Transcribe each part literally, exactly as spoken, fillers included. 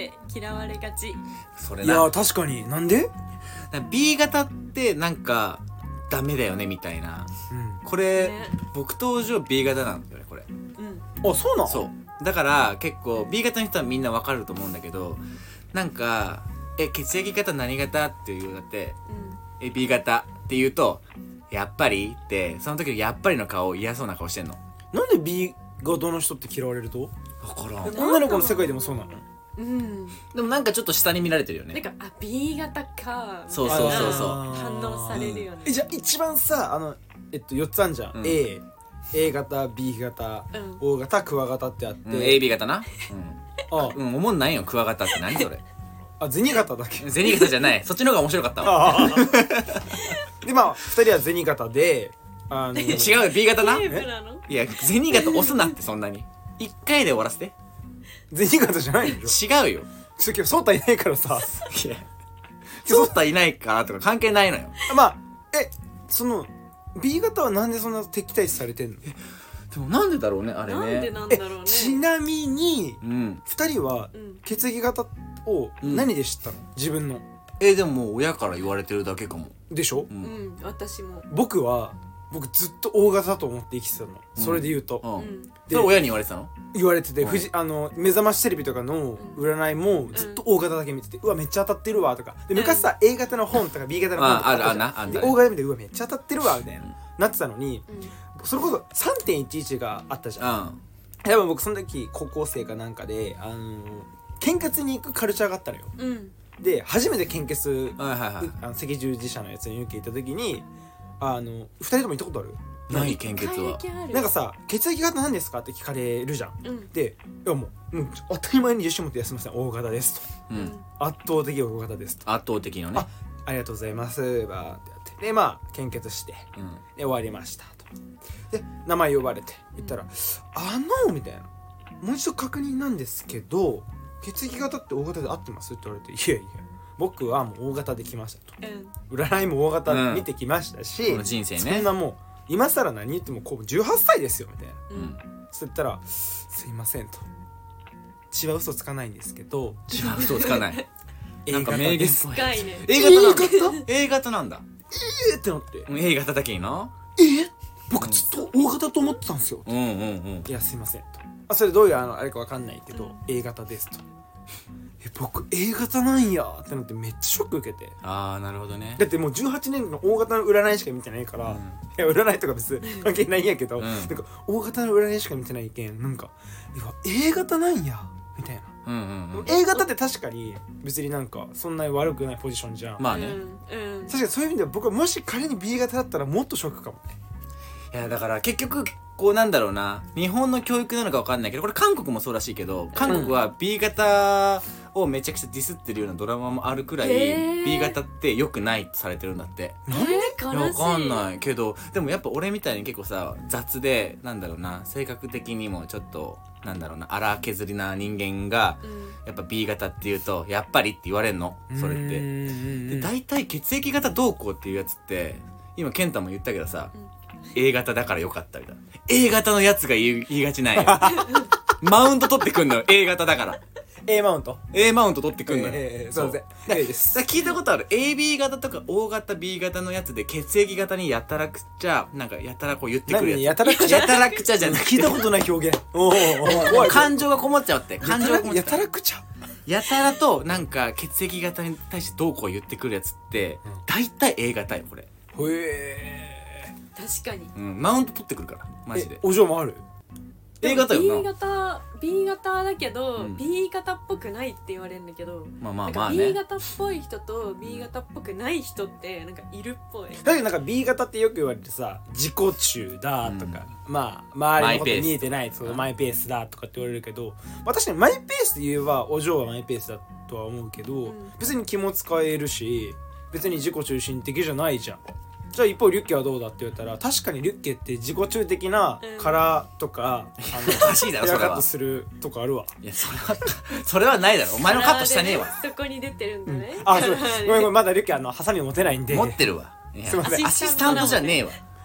で嫌われがち。 それな。 いや確かに。なんで？ B 型ってなんかダメだよねみたいな、うん、これ、ね、僕とお嬢 B 型なんだよねこれ。 うん。あ、そうなの？ そうだから結構 B 型の人はみんなわかると思うんだけど、なんかえ血液型何型っていうだって、うん、え B 型って言うとやっぱりってその時のやっぱりの顔嫌そうな顔してんの。 なんで B 型の人って嫌われると？ わからん。 女の子の世界でもそうなの？ うん、 でもなんかちょっと下に見られてるよね。 なんかあ B 型かそうそうそうそう反応されるよね、 うん、えじゃあ一番さあのえっとよっつあんじゃん、うん、A A 型 B 型、うん、O 型クワ型ってあって、うん、 エービー 型な、うん、あうん思んないよクワ型って何それあ銭形だっけ？ 銭形じゃないそっちの方が面白かったわでまあふたりは銭形であのー、違うよ B 型な。いや銭形押すなってそんなにいっかいで終わらせて。 銭形じゃないでしょ。違うよ。 ちょ今日ソータいないからさいやソータいないからとか関係ないのよ。 まあえその B 型はなんでそんな敵対視されてんの？ でもなんでだろうねあれね。 なんでなんだろうね。 ちなみに、うん、ふたりは血液型を何で知ったの？うん、自分の。 えでももう親から言われてるだけかも。 でしょ？ うん、うん、私も。 僕は僕ずっと O 型だと思って生きてたの、うん、それで言うと、 うん、でそれ親に言われてたの？ 言われてて、うん、ふじあの目覚ましテレビとかの占いもずっと O 型だけ見てて、うん、うわめっちゃ当たってるわとかで昔さ、うん、A 型の本とか B 型の本とかあったじゃん。ああるあるで O 型見てうわめっちゃ当たってるわみたいな、うん、なってたのに、うん、それこそ さんてんいちいち があったじゃん、うん、多分僕その時高校生かなんかであの献血に行くカルチャーがあったのよ、うん、で初めて献血、はいはいはい、あの赤十字社のやつに受け行った時にあのふたりとも行ったことある？ 何献血はなんかさ血液型何ですかって聞かれるじゃん、うん、でいやもう、もう当たり前に自信持って「すみません O 型です」と、うん、圧倒的 O 型ですと圧倒的のねあ, ありがとうございますバーってやってでまあ献血して、うん、で終わりましたとで名前呼ばれて言ったら、うん、あのみたいなもう一度確認なんですけど血液型って O 型で合ってますって言われていやいや僕はもう O 型で来ましたと、うん、占いも O 型見てきましたし、うん、 この人生ねそんなもう今更何言ってもこうじゅうはっさいですよみたいな、うん、そう言ったらすいませんと血は嘘つかないんですけど血は嘘つかない A 型です。 A 型なんだ A 型なんだえーってなって A 型だけになえー、僕ずっと O 型と思ってたんですよ、うんうんうん、いやすいませんとあそれどういうあのあれかわかんないけど、うん、A 型ですとえ僕 A 型なんやってなってめっちゃショック受けてああなるほどねだってもうじゅうはちねんの O 型の占いしか見てないから、うん、いや占いとか別に関係ないんやけど、うん、なんか O 型の占いしか見てないけんなんかいや A 型なんやみたいな、うんうんうん、A 型って確かに別になんかそんなに悪くないポジションじゃんまあね、 うんうん、確かにそういう意味では僕はもし仮に B 型だったらもっとショックかもねいやだから結局こうなんだろうな日本の教育なのか分かんないけどこれ韓国もそうらしいけど韓国は B 型をめちゃくちゃディスってるようなドラマもあるくらい B 型って良くないとされてるんだって。 なんで？ いや分かんないけどでもやっぱ俺みたいに結構さ雑でなんだろうな性格的にもちょっとなんだろうな荒削りな人間が、うん、やっぱ B 型っていうとやっぱりって言われんのそれってで大体血液型どうこうっていうやつって今健太も言ったけどさ、うん、A 型だからよかったみたいな A 型のやつが言い, 言いがちなんよマウント取ってくんのよ A 型だから A マウント A マウント取ってくんのよ、 えー、そうだだですだ聞いたことある エービー 型とか O 型 B 型のやつで血液型にやたらくちゃなんかやたらこう言ってくるやつやたらくちゃやたらくちゃじゃなくて聞いたことない表現おお感情がこもっちゃうって感情がこもっちゃうやたらくちゃやたらとなんか血液型に対してどうこう言ってくるやつって大体 A 型よこれへえ確かに、 うん、マウント取ってくるからマジでお嬢もある A 型よな B 型 B 型だけど、うん、B 型っぽくないって言われるんだけどまあまあまあね B 型っぽい人と B 型っぽくない人ってなんかいるっぽいだけどなんか B 型ってよく言われてさ自己中だとか、うん、まあ周りのこと見えてないとマイペースだとかって言われるけど、まあ、確かにマイペースで言えばお嬢はマイペースだとは思うけど、うん、別に気も使えるし別に自己中心的じゃないじゃんじゃあ一方リュッケはどうだって言ったら確かにリュッケって自己中的なカラーとか、うん、あのおかしいだろそれはヘアカットするとかあるわいやそれはそれはないだろお前のカットしたねえわそこに出てるんだね、 うん、あそうごめんごめんまだリュッケあのハサミ持てないんで持ってるわすいませんアシスタントじゃねえわ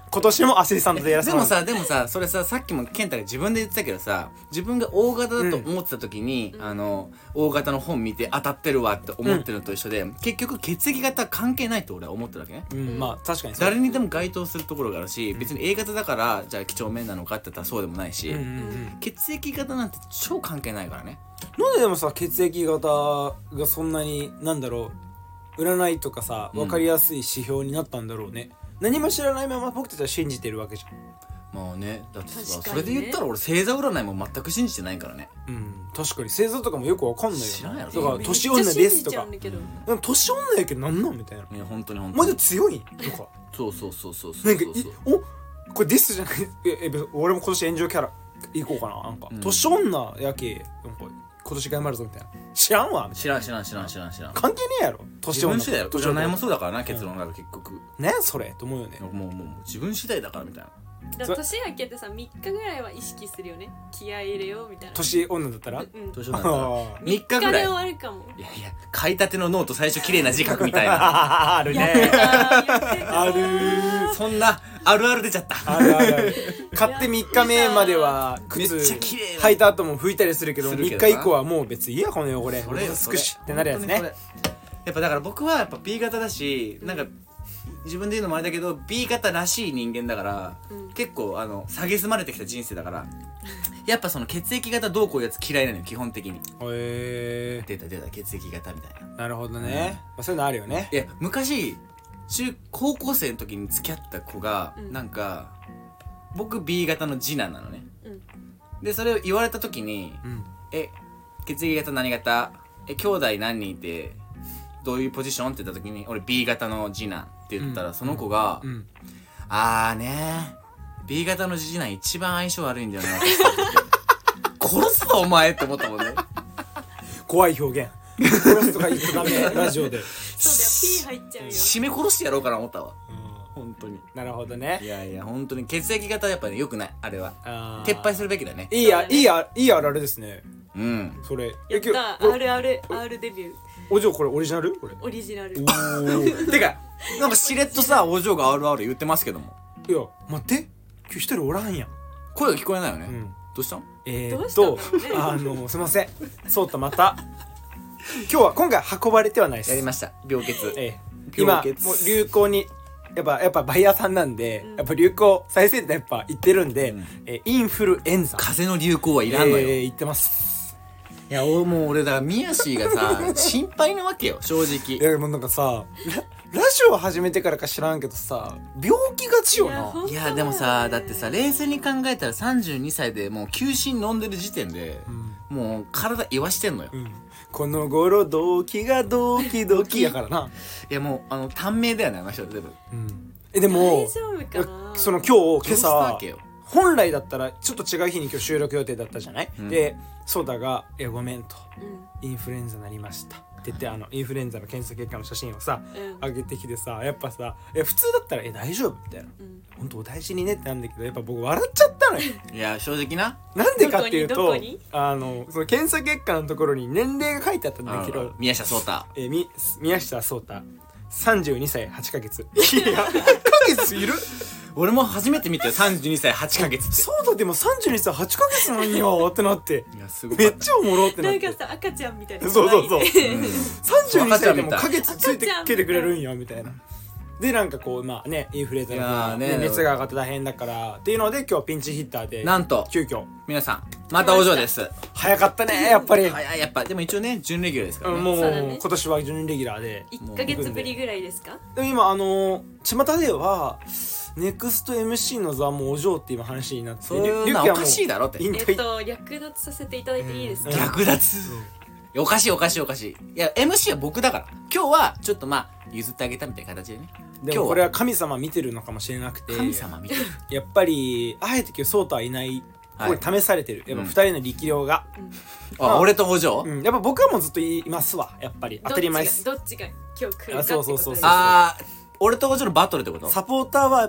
今年もアシスタントでやらせでてもらうもさでもさそれささっきも健太が自分で言ってたけどさ自分が大型だと思ってた時に、うん、あの大型の本見て当たってるわって思ってるのと一緒で、うん、結局血液型関係ないと俺は思ってるわけね、 うん、まあ確かに誰にでも該当するところがあるし、うん、別に A 型だからじゃあ几帳面なのかって言ったらそうでもないし、うんうんうん、血液型なんて超関係ないからね。 なんででもさ血液型がそんなになんだろう占いとかさ分かりやすい指標になったんだろうね、うん、何も知らないまま僕たちは信じてるわけじゃん。 まあねだってさ、ね、それで言ったら俺星座占いも全く信じてないからね。 うん確かに星座とかもよくわかんないよ。 知らんやろ。 だから年女ですとかでも年女やけどなんなんみたいな。 いや本当に本当にまだ強いとかそうそうそうそうそうなんかおこれディスじゃないええ俺も今年炎上キャラ行こうかななんか、うん、年女やけなんか今年頑張るぞみたいな知らんわ知らん知らん知らん知らん知らん関係ねえやろ年女自分次第やろ占いもそうだからな結論が結局ねそれと思うよね。 もうもうもう自分次第だからみたいな。 だから年明けてさみっかぐらいは意識するよね気合い入れようみたいな。 年女だったら、 うん、 年女だったらみっかぐらいみっかで終わるかも。 いやいや買いたてのノート最初綺麗な字書くみたいなあるねあるそんなあるある出ちゃったあるあるある買ってみっかめまでは靴めっちゃ綺麗な履いた後も拭いたりするけどするけどみっか以降はもう別にいいやこの汚れそれすくしってなるやつね。 やっぱだから僕はやっぱ B 型だしなんか自分で言うのもあれだけど B 型らしい人間だから、うん、結構あの蔑まれてきた人生だからやっぱその血液型どうこういうやつ嫌いなのよ基本的に。 へ出た出た血液型みたいな。 なるほどね、うんまあ、そういうのあるよね。 いや昔中高校生の時に付き合った子が、うん、なんか僕 B 型の次男なのね、うん、でそれを言われた時に、うん、え血液型何型え兄弟何人いてどういうポジションって言った時に俺 B 型の次男って言ったら、うん、その子が、うん、あーねー B 型の次男一番相性悪いんだよね殺すぞお前って思ったもんね怖い表現殺すとか言っちゃダメラジオでそうだよ P 入っちゃうよ締め殺してやろうかな思ったわ、うん、本当に。 なるほどね。 いやいや本当に血液型やっぱね良くないあれは撤廃するべきだね。 いいや、ね、いいやいいあるあるですね。 うんそれやった アールアールアール デビューお嬢これオリジナルこれオリジナルてかなんかしれっとさお嬢が アールアール 言ってますけども。 いや待って今日一人おらんやん声が聞こえないよね、うん、どうしたんえー、っとあのすいませんそうとまた今日は今回運ばれてはないです。 やりました病欠、 えー、今もう流行にやっぱやっぱバイヤーさんなんで、うん、やっぱ流行最先端やっぱ言ってるんで、うんえー、インフルエンザ風邪の流行はいらんのよ、 えー、言ってます。 いやもう俺だから宮氏がさ心配なわけよ正直。 いやもうなんかさラジオ始めてからか知らんけどさ病気がちよな。 いやでもさだってさ冷静に考えたらさんじゅうにさいでもう休診飲んでる時点で、うん、もう体言わしてんのよ、うん、この頃動機がドキドキやからな。 いやもうあの短命だよねあの人全部、 うん、えでも大丈夫かな。 その今日今朝本来だったらちょっと違う日に今日収録予定だったじゃない、うん、でソーダが「えごめん」と、うん「インフルエンザになりました」って言ってあのインフルエンザの検査結果の写真をさ、うん、上げてきてさやっぱさえ普通だったら「え大丈夫?」みたいな「うん、本当お大事にね」ってなんだけどやっぱ僕笑っちゃったのよ。 いや正直ななんでかっていうとあのその検査結果のところに年齢が書いてあったんだけど宮下ソータえみ宮下ソータさんじゅうにさいはちかげつ。いやはちかげついる俺も初めて見たよさんじゅうにさいはちかげつって。 そうだでもさんじゅうにさいはちかげつなんよってなっていやすごいめっちゃおもろってなってなんかさ赤ちゃんみたいなそうそうそう、うん、さんじゅうにさいでもかげつついてきてくれるんやみたいなでなんかこうまあねインフルエンザの、ね、熱が上がって大変だからっていうので今日はピンチヒッターでなんと急遽皆さんまたお嬢です。 早かったねやっぱり早いやっぱでも一応ね準レギュラーですからね、 うん、もう、 ね、 今年は準レギュラーでいっかげつぶりぐらいですか。 でも今あの巷ではネクスト エムシー の座もお嬢って今話になってそういうのはおかしいだろってえっと略奪させていただいていいですか。 略奪、うん、おかしいおかしいおかしい。いや エムシー は僕だから今日はちょっとまあ譲ってあげたみたいな形でね。 でもこれは神様見てるのかもしれなくて神様見てるやっぱりあえて今日ソータはいないここに試されてるやっぱふたりの力量が、 うん、あ、まあ、俺とお嬢、 うん、やっぱ僕はもうずっといますわやっぱり当たり前です。 どっちが今日来るかってそうそうそうそうあー俺とお嬢のバトルってこと。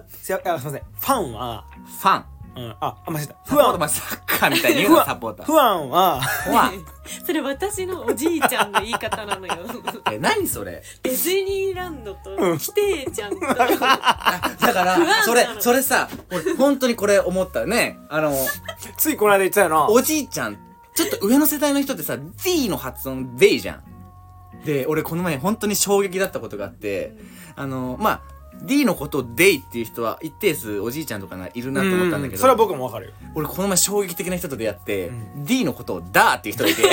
サポーターはすいませんファンはファンうん、あ、あ、間違えた。ファンは、 サッカカみたいに言うのサポーター。 不安は不安それ私のおじいちゃんの言い方なのよ。 え何それ。 ディズニーランドとキテイちゃんと、 だからそれそれさ俺本当にこれ思ったよね。あのついこの間言ってたよな。 おじいちゃんちょっと上の世代の人ってさ D の発音デイじゃん。で俺この前本当に衝撃だったことがあって、うん、あのまあ D のことをデイっていう人は一定数おじいちゃんとかいるなと思ったんだけど、 それは僕もわかるよ。 俺この前衝撃的な人と出会って、うん、D のことをダーっていう人がいて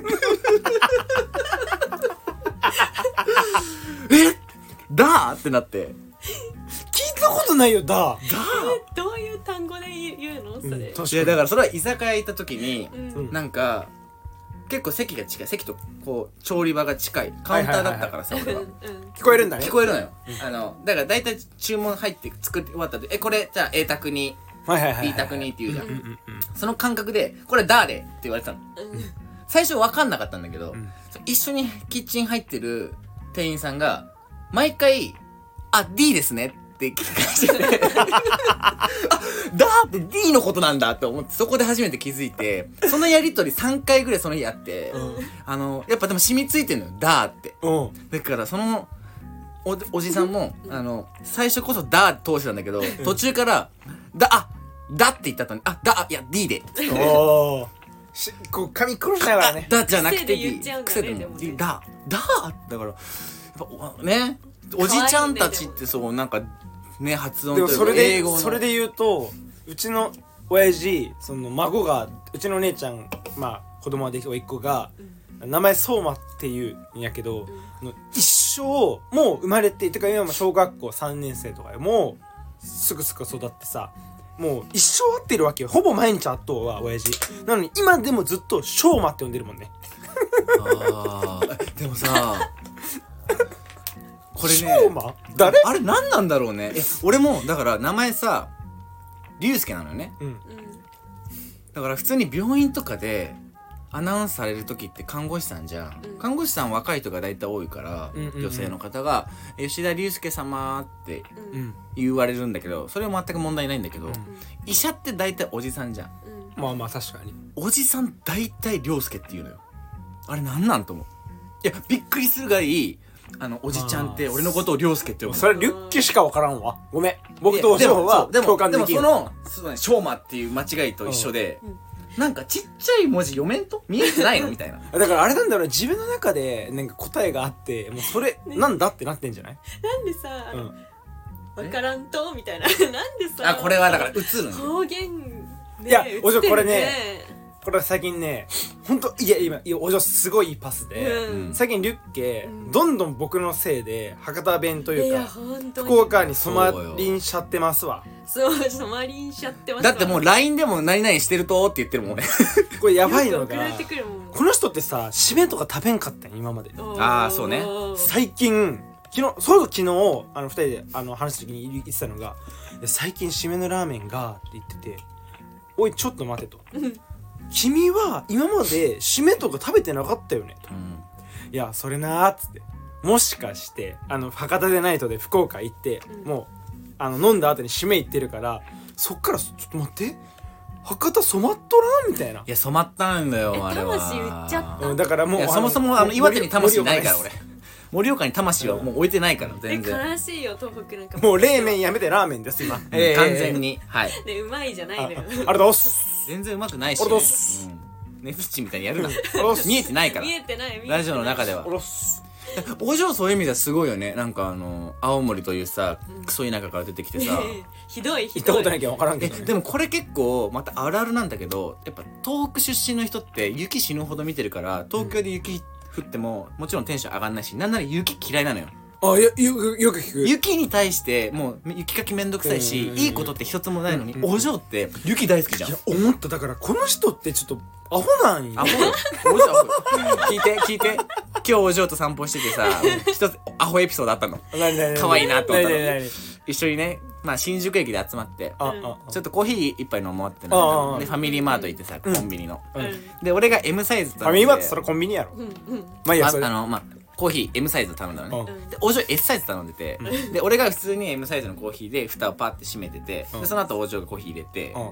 えダーってなって聞いたことないよダー。ダーどういう単語で言うのそれ、うん、 いやだからそれは居酒屋行った時に、うん、なんか結構席が近い、席とこう調理場が近いカウンターだったからさ、俺は聞こえるんだね。 聞こえるのよ、うん、あのだから大体注文入って作って終わった後えこれじゃあ A 択に B 択にって言うじゃん。その感覚でこれダーレって言われてたの、うん、最初分かんなかったんだけど、うん、一緒にキッチン入ってる店員さんが毎回あ D ですねって聞き返しててあダーって D のことなんだって思ってそこで初めて気づいて、そのやりとりさんかいぐらいその日あって、うん、あのやっぱでも染みついてんのよダーって、うん、だからその お, おじさんも、うん、あの最初こそダー通してたんだけど、うん、途中からだあだって言った後にあだいや D でおしこう髪黒しながらねだじゃなくて D 癖でもだだだからやっぱねおじちゃんたちってそうなんかね発音というか英語のそれで言うとうちの親父その孫がうちの姉ちゃんまあ子供ができた甥っ子が、うん、名前相馬っていうんやけど、うん、一生もう生まれててか今も小学校さんねん生とかもうすぐすぐ育ってさもう一生会ってるわけよ。ほぼ毎日会っとうわ親父、うん、なのに今でもずっと翔馬って呼んでるもんね。 あでもさこれね誰あれ何なんだろうね。いや俺もだから名前さ龍介なのよね、うん、だから普通に病院とかでアナウンスされる時って看護師さんじゃん、うん、看護師さん若い人が大体多いから、うんうんうん、女性の方が吉田龍介様って言われるんだけどそれは全く問題ないんだけど、うん、医者って大体おじさんじゃん、 うん、まあまあ確かにおじさん大体龍介って言うのよ。あれなんなんと思う。いやびっくりするがいいあのおじちゃんって俺のことを涼介って呼ぶ。 それリュッケしか分からんわ。ごめん僕とおしょうは共感できる。 でもそのしょうまっていう間違いと一緒で、うん、なんかちっちゃい文字読めんと見えてないのみたいなだからあれなんだろう自分の中でなんか答えがあってもうそれなんだってなってんじゃない。 なんでさ、うん、分からんとみたいななんでさあこれはだから映るの方言ねいやおしょうこれねこれは最近ねほんといや今いやお嬢すごいいいパスで、うん、最近リュッケ、うん、どんどん僕のせいで博多弁というか福岡に染まりんしゃってますわ。 そう染まりんしゃってますわ。だってもう ライン でも何々してるとって言ってるもんねこれやばいのがこの人ってさ締めとか食べんかったん今まで。 ああそうね。 最近昨日そう昨日あのふたりであの話す時に言ってたのが最近締めのラーメンがって言ってておいちょっと待てと君は今まで締めとか食べてなかったよねと、うん、いやそれなーっつってもしかしてあの博多でナイトで福岡行って、うん、もうあの飲んだ後に締め行ってるからそっからちょっと待って博多染まっとらんみたいな。 いや染まったんだよあれは。 魂売っちゃった、 うん、だからもうそもそもあの岩手に魂ないから俺盛岡に魂はもう置いてないから全然。 悲しいよ東北なんかもう冷麺やめてラーメンです今、 えー、完全にはいでうまいじゃないのよ。 ありがとうございます。 全然うまくないし、ね、 ありがとうございます、 うん、ネフッチみたいにやるな見えてないから見えてない見えてないラジオの中では。お嬢そういう意味ではすごいよね。なんかあの青森というさクソ田舎から出てきてさ、うん、 ひどいひどい行ったことないけど分からんけど、ね、 でもこれ結構またあるあるなんだけどやっぱ東北出身の人って雪死ぬほど見てるから東京で雪降ってももちろんテンション上がんないしなんなら雪嫌いなのよ。 あよよよく聞く。 雪に対してもう雪かきめんどくさいしいいことって一つもないのに、うんうん、お嬢って雪大好きじゃん。いや思った。だからこの人ってちょっとアホなんよ。 アホよお嬢聞いて聞いて今日お嬢と散歩しててさ一つアホエピソードあったの。可愛いなと思ったの。一緒にねまあ新宿駅で集まってああちょっとコーヒー一杯飲もうってなってでファミリーマート行ってさコンビニの、うん、で俺が エム サイズ頼んでファミリーマートそれコンビニやろ、うんうん、 まあいいやそれあのまあコーヒー エム サイズ頼んだのね、うん、でお嬢 エス サイズ頼んでて、うん、で俺が普通に エム サイズのコーヒーで蓋をパッて閉めてて、うん、でその後お嬢がコーヒー入れて、うん、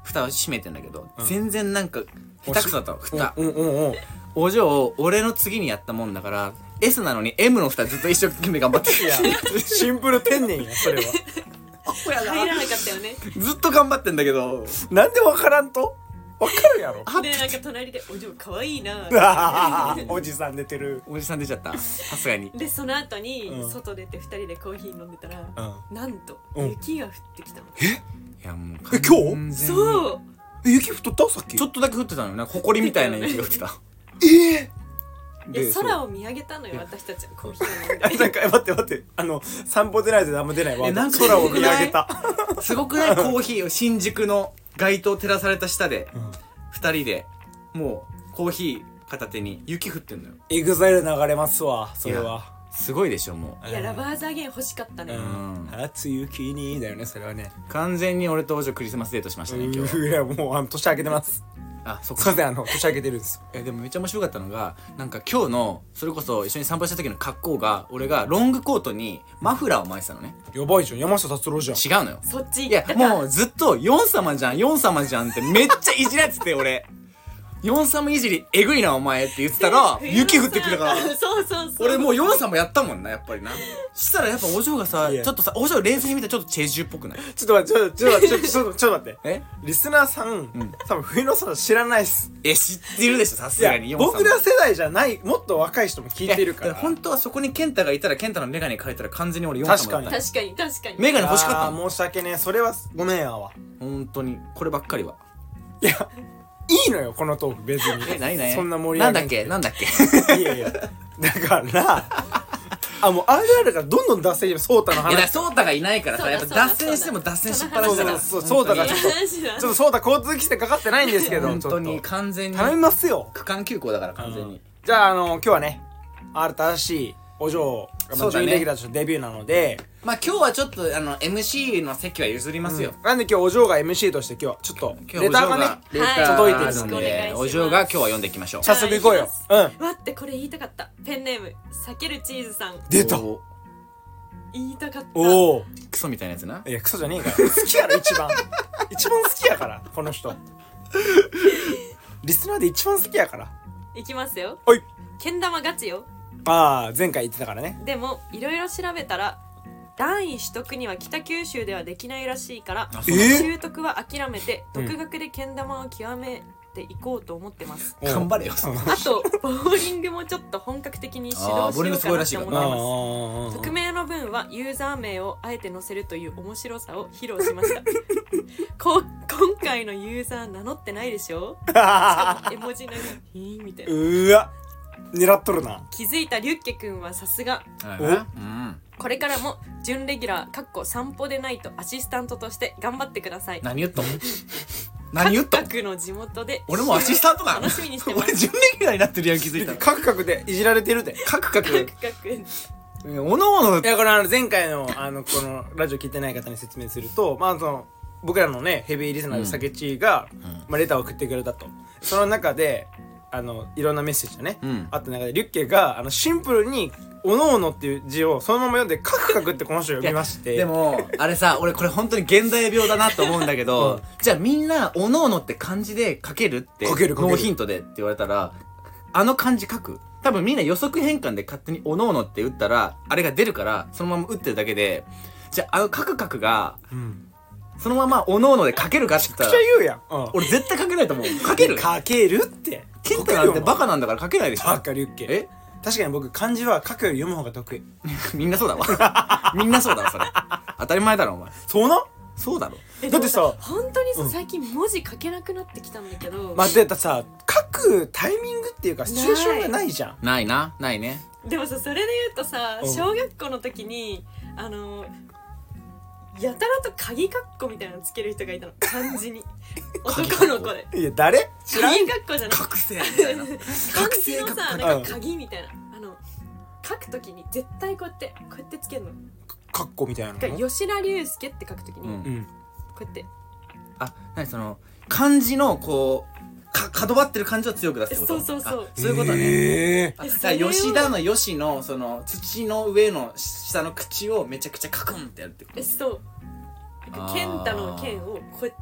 蓋を閉めてんだけど、 うん全然なんか下手くそだったの蓋。 うんうんうん。 お嬢俺の次にやったもんだから S なのに エム の蓋ずっと一生懸命頑張っていやシンプル天然やそれは。 入らなかったよね。 ずっと頑張ってんだけどなんでわからんとわかるやろ。 でなんか隣で「お嬢かわいいな」 おじさん出てる。 おじさん出ちゃったさすがに。 でその後にうん外出てふたりでコーヒー飲んでたら、 うんなんとうん雪が降ってきたの。 いやもうえ今日完全にそうえ雪降っとったさっき。 ちょっとだけ降ってたのよね。埃みたいな雪が降ってた。 ええで空をを見上げたのよ私たちはコーヒーを飲んで。 あなんか待って待ってあの散歩出ないと何も出ないわ。 えなんか空を見上げた。 すごくないコーヒーを新宿の街灯照らされた下で二人でもうコーヒー片手に雪降ってんのよ。 エグザイル流れますわそれは。 すごいでしょもいやラバーズアゲイン欲しかったね。 うん初雪にだよねそれはね。 う完全に俺とお嬢クリスマスデートしましたね今日。 いやもうあの年明けてます。 あそっか。 すいませんあの年明けてるんです。 えでもめっちゃ面白かったのがなんか今日のそれこそ一緒に散歩した時の格好が俺がロングコートにマフラーを巻いてたのね。 やばいじゃん山下達郎じゃん。 違うのよ。 そっちいやだからもうずっとヨン様じゃんヨン様じゃんってめっちゃいじられてて俺ヨン様いじりえぐいなお前って言ってたら雪降ってくるからそうそうそう俺もうヨン様やったもんなやっぱりな。したらやっぱお嬢がさいやちょっとさお嬢冷静に見たらちょっとチェジュっぽくないちょっと待ってちょっとちょっとちょっとちょっと待ってえリスナーさん、 ん多分冬の空知らないっす。 え知ってるでしょさすいやがにヨン様。 僕ら世代じゃないもっと若い人も聞いてるから。 いや本当はそこにケンタがいたらケンタのメガネ変えたら完全に俺ヨン様だった確かに確かに確かにメガネ欲しかったあもんー申し訳ねえそれはごめんやわ。 本当にこればっかりは。 いやいいのよこのトーク別に。 え何何そんな盛りなんだっ上げけなんだっけいやいやだからあもう アールアール からどんどん脱線してソータのいやだから話。 ソータがいないからそうださやっぱそうだ脱線しても脱線しっぱなそうしだからそうそうソータがちょっと話だちょっとソータ交通規制かかってないんですけど本当にちょっと完全に頼みますよ。 区間休校だから完全に。 じゃああの今日はね新しいお嬢がまあそうだね準レギュラーとしてデビューなので、 まあ今日はちょっとあの エムシー の席は譲りますよ。 なんで今日お嬢が エムシー として今日はちょっと今日レターがねレター届いてるののはいでお嬢が今日は読んでいきましょう。 早速行こうよ。うん待ってこれ言いたかった。ペンネーム避けるチーズさん出た。 お言いたかった。 おおクソみたいなやつな。 いやクソじゃねえから好きやろ一番一番好きやからこの人リスナーで一番好きやから。 いきますよ。 おいけん玉ガチよ。 ああ前回言ってたからね。 でもいろいろ調べたら段位取得には北九州ではできないらしいからあそうなの習得は諦めてうん独学でけん玉を極めていこうと思ってます。 頑張れよ。 あとボーリングもちょっと本格的に指導しようかなって思ってあーボーリングすごいらしいからなます。匿名の分はユーザー名をあえて載せるという面白さを披露しましたこ今回のユーザー名乗ってないでしょ絵文字なりヒーみたいな。 うわ狙っとるな。 気づいたリュッケくんはさすが。 はいうんこれからも準レギュラーかっこ散歩でないとアシスタントとして頑張ってください。 何言ったの何言ったの各々の地元で俺もアシスタントだ。 楽しみにしてます俺準レギュラーになってるやん気づいたら。 カクカクでいじられてるで。 カクカク。 各おのおのいやこれあの前回のあのこのラジオ聞いてない方に説明するとまあその僕らのねヘビーリスナーのサケチーが、まあ、レターを送ってくれたと。その中であのいろんなメッセージがね、 うんあった中でリュッケがあのシンプルに「おのおの」っていう字をそのまま読んでカクカクってこの人読みましてでもあれさ俺これ本当に現代病だなと思うんだけど、 うんじゃあみんなおのおのって漢字で書けるって書ける書けるノーヒントでって言われたらあの漢字書く？多分みんな予測変換で勝手におのおのって打ったらあれが出るからそのまま打ってるだけでじゃああのカクカクがうんそのままおのおので書けるかって言っためっちゃら言うやん、うん、 俺絶対書けないと思う。書ける？ 書けるってケンタなんてバカなんだから書けないでしょ。 バカリュッケえ確かに僕漢字は書くより読む方が得意。 みんなそうだわみんなそうだわそれ当たり前だろお前。 そうなそうだろ。 えだってさでも本当にさ、 うん最近文字書けなくなってきたんだけど、 まあでさ書くタイミングっていうかシチュエーションがないじゃん。 ないなないね。 でもさそれで言うとさうん小学校の時にあのやたらと鍵括弧みたいなのつける人がいたの漢字に男の子でいや誰知らん。 鍵括弧じゃない覚醒みたいな漢字のさ覚醒なんか鍵みたいなあの書く時に絶対こうやってこうやってつけるの。 カッコみたいなの。 だから吉田龍介って書く時に、 うんこうん。 うやってあ何その漢字のこうか角張ってる感じを強く出すってこと？ そうそうそうあそういうことね。 えあだかえそれをら吉田の吉のその土の上の下の口をめちゃくちゃカクンってやるってことえそうあー健太の健をこうやって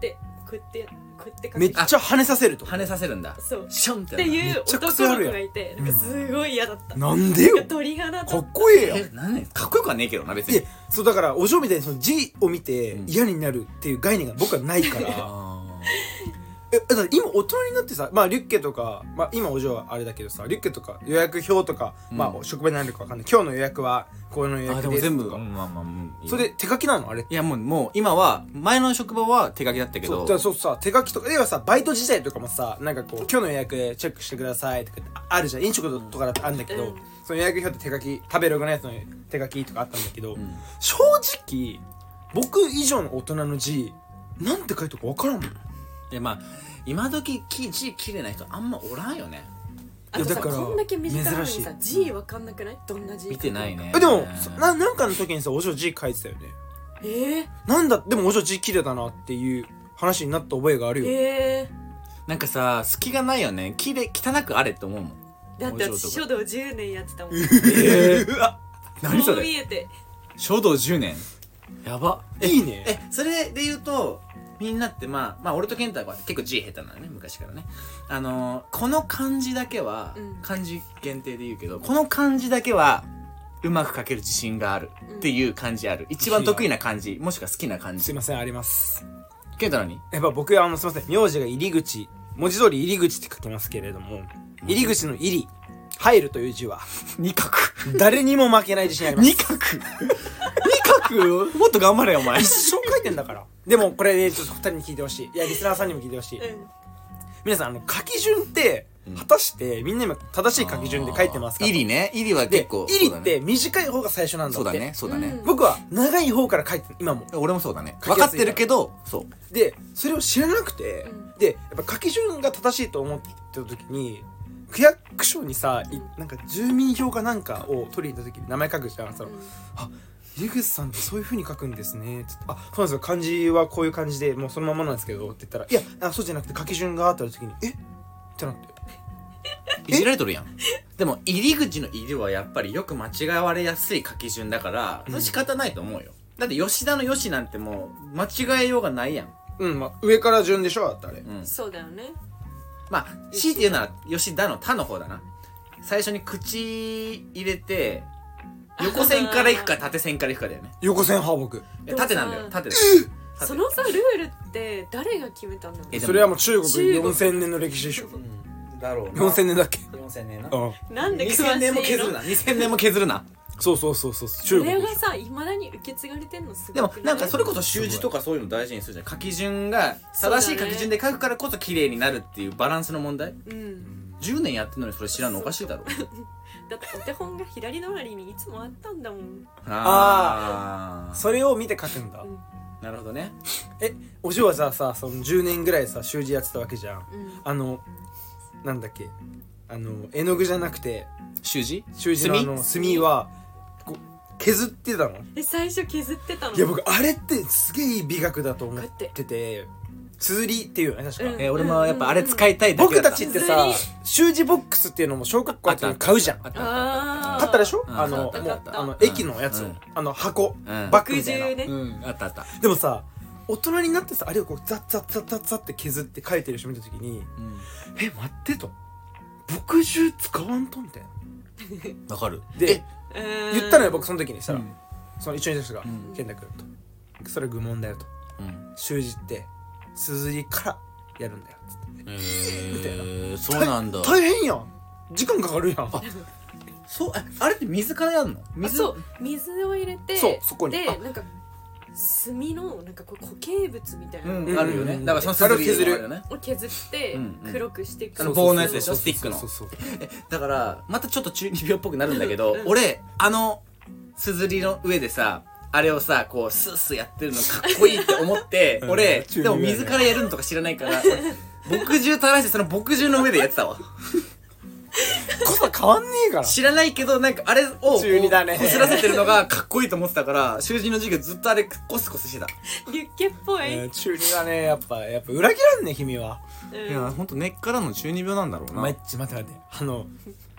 うやってこうやってかめけっちゃ跳ねさせると跳ねさせるんだ。 そうシュンっってていうめっちゃ男の癖あるやん子がいてなんかすごい嫌だった、 なんでよ鳥肌立かっっこいいやんえ、なんねかっこよくはねえけどな別にで。そうだからお嬢みたいにその G を見てうん嫌になるっていう概念が僕はないからあえだって今大人になってさまあリュッケとか、まあ、今お嬢はあれだけどさリュッケとか予約表とか、 うんまあ職場になるかわかんない今日の予約はこの予ーあ約でも全部ですとかうんまあまあうんいいよそれで手書きなのあれいやもうもう今は前の職場は手書きだったけどそうだからそうさ手書きとかではさバイト時代とかもさなんかこう今日の予約チェックしてくださいとかああるじゃん飲食とかだとあるんだけど、 うんその予約表って手書き食べログのやつの手書きとかあったんだけど、 うん正直僕以上の大人の G なんて書いてるか分からんもんいやまあ今時き字綺麗な人あんまおらんよね。 あとさいやだからこんだけ短いのに珍しさ G わかんなくないどんな G 見てないねえでもそななんかの時にさお嬢 G 書いてたよねえー、 なんだでもお嬢 G 綺麗だなっていう話になった覚えがあるよ、 えなんかさ隙がないよね。綺麗汚くあれって思うもん。 ー、だってお嬢とか私書道じゅうねんやってたもんえー、何そこうれ見えて書道じゅうねんやば。えいいねえそれで言うとみんなってまあまあ俺と健太は結構字下手なのね昔からね。あのー、この漢字だけは、 うん漢字限定で言うけどこの漢字だけはうまく書ける自信があるっていう漢字ある。一番得意な漢字もしくは好きな漢字。 すいませんあります健太何？ やっぱ僕はあのすいません名字が入り口文字通り入り口って書きますけれども入り口の入り入るという字は二画誰にも負けない自信あります二画二画もっと頑張れよお前。 一生書いてんだからでもこれねちょっとふたりに聞いてほしいいやリスナーさんにも聞いてほしい、 うん皆さんあの書き順って果たしてみんな今正しい書き順で書いてますか入りね入りはで結構入りって短い方が最初なんだってそうだねそうだね、 うん僕は長い方から書いてる今も俺もそうだね書きやすいから分かってるけどそうでそれを知らなくて、 うんでやっぱ書き順が正しいと思ってた時に区役所にさいなんか住民票かなんかを取りに行った時に名前書くじゃんその、あ入口さんってそういう風に書くんですねつってあそうなんですよ漢字はこういう感じでもうそのままなんですけどって言ったらいやあそうじゃなくて書き順があった時にえってなっていじられとるやん。でも入り口の入りはやっぱりよく間違われやすい書き順だから、 うんそれ仕方ないと思うよ。だって吉田の吉なんてもう間違えようがないやん。 うんまあ上から順でしょだってあれうんそうだよねまあ強いて言うなら吉田の他の方だな。最初に口入れて横線から行くか縦線から行くかだよね。 横線派僕いや縦なんだよ縦だよ。縦そのさルールって誰が決めたんだろうえでもそれはもう中国中国よんせんねんの歴史でしょうんだろうな。 よんせんねんだっけよんせんねんな。 うんなんで詳しいのにせんねんも削るな。にせんねんも削るな。 そうそうそうそう中それが国でしょさいまだに受け継がれてんのすごくでもなんかそれこそそ習字とかそういうの大事にするじゃん。書き順が正しい書き順で書くからこそ綺麗になるっていうバランスの問題。 うんじゅうねんやってんのにそれ知らんのおかしいだろ。 だってお手本が左隣にいつもあったんだもんああそれを見て書くんだうんなるほどね。 えお嬢はじゃあさそのじゅうねんぐらいさ習字やってたわけじゃんうんあのなんだっけあの絵の具じゃなくて習字習字のあの墨はこう削ってたのえ最初削ってたのいや僕あれってすげえいい美学だと思っこうやっててて綴りっていうよね確か、 うんえー俺もやっぱあれ使いたいだけ僕だったちってさ綴り習字ボックスっていうのも小学校の時に買うじゃんあったあー買ったでしょうんあのもう買った買ったあの駅のやつを、 うんあの箱、 うんバッグみたいな、 ろくじゅうねうんあったあったでもさ大人になってさあれをこうザッザッザッザッザッって削って書いてる人見た時にうんえ待ってと墨汁使わんとみたいなわかるでうん言ったのよ僕その時にしたら、 うんその一緒にいた人がうん健太君とそれ愚問だよとうん習字って綴りからやるんだよつってえみたいなーそうなんだ大変やん時間かかるやんそうああれって水からやんのあ水そう水を入れてそうそこにあでなんか墨のなんかこう固形物みたいなうんのあるよねうんだからそのあれを削るあよねを削ってうんうん黒くしていくあの棒のやつでしょそうそうそうスティックのそうそうそうだからまたちょっと中二病っぽくなるんだけどうん俺あのすずりの上でさあれをさこうスースーやってるのかっこいいって思ってうん俺でも中二病だね水からやるのとか知らないから俺墨汁垂らしてその墨汁の上でやってたわ濃さ変わんねえから知らないけどなんかあれをこう中二だねこすらせてるのがかっこいいと思ってたから習字の授業ずっとあれコスコスしてたリュッケっぽい、 えー中二だねやっぱやっぱ裏切らんね君はうんいやほんと根っからの中二病なんだろうなまち待って待ってあの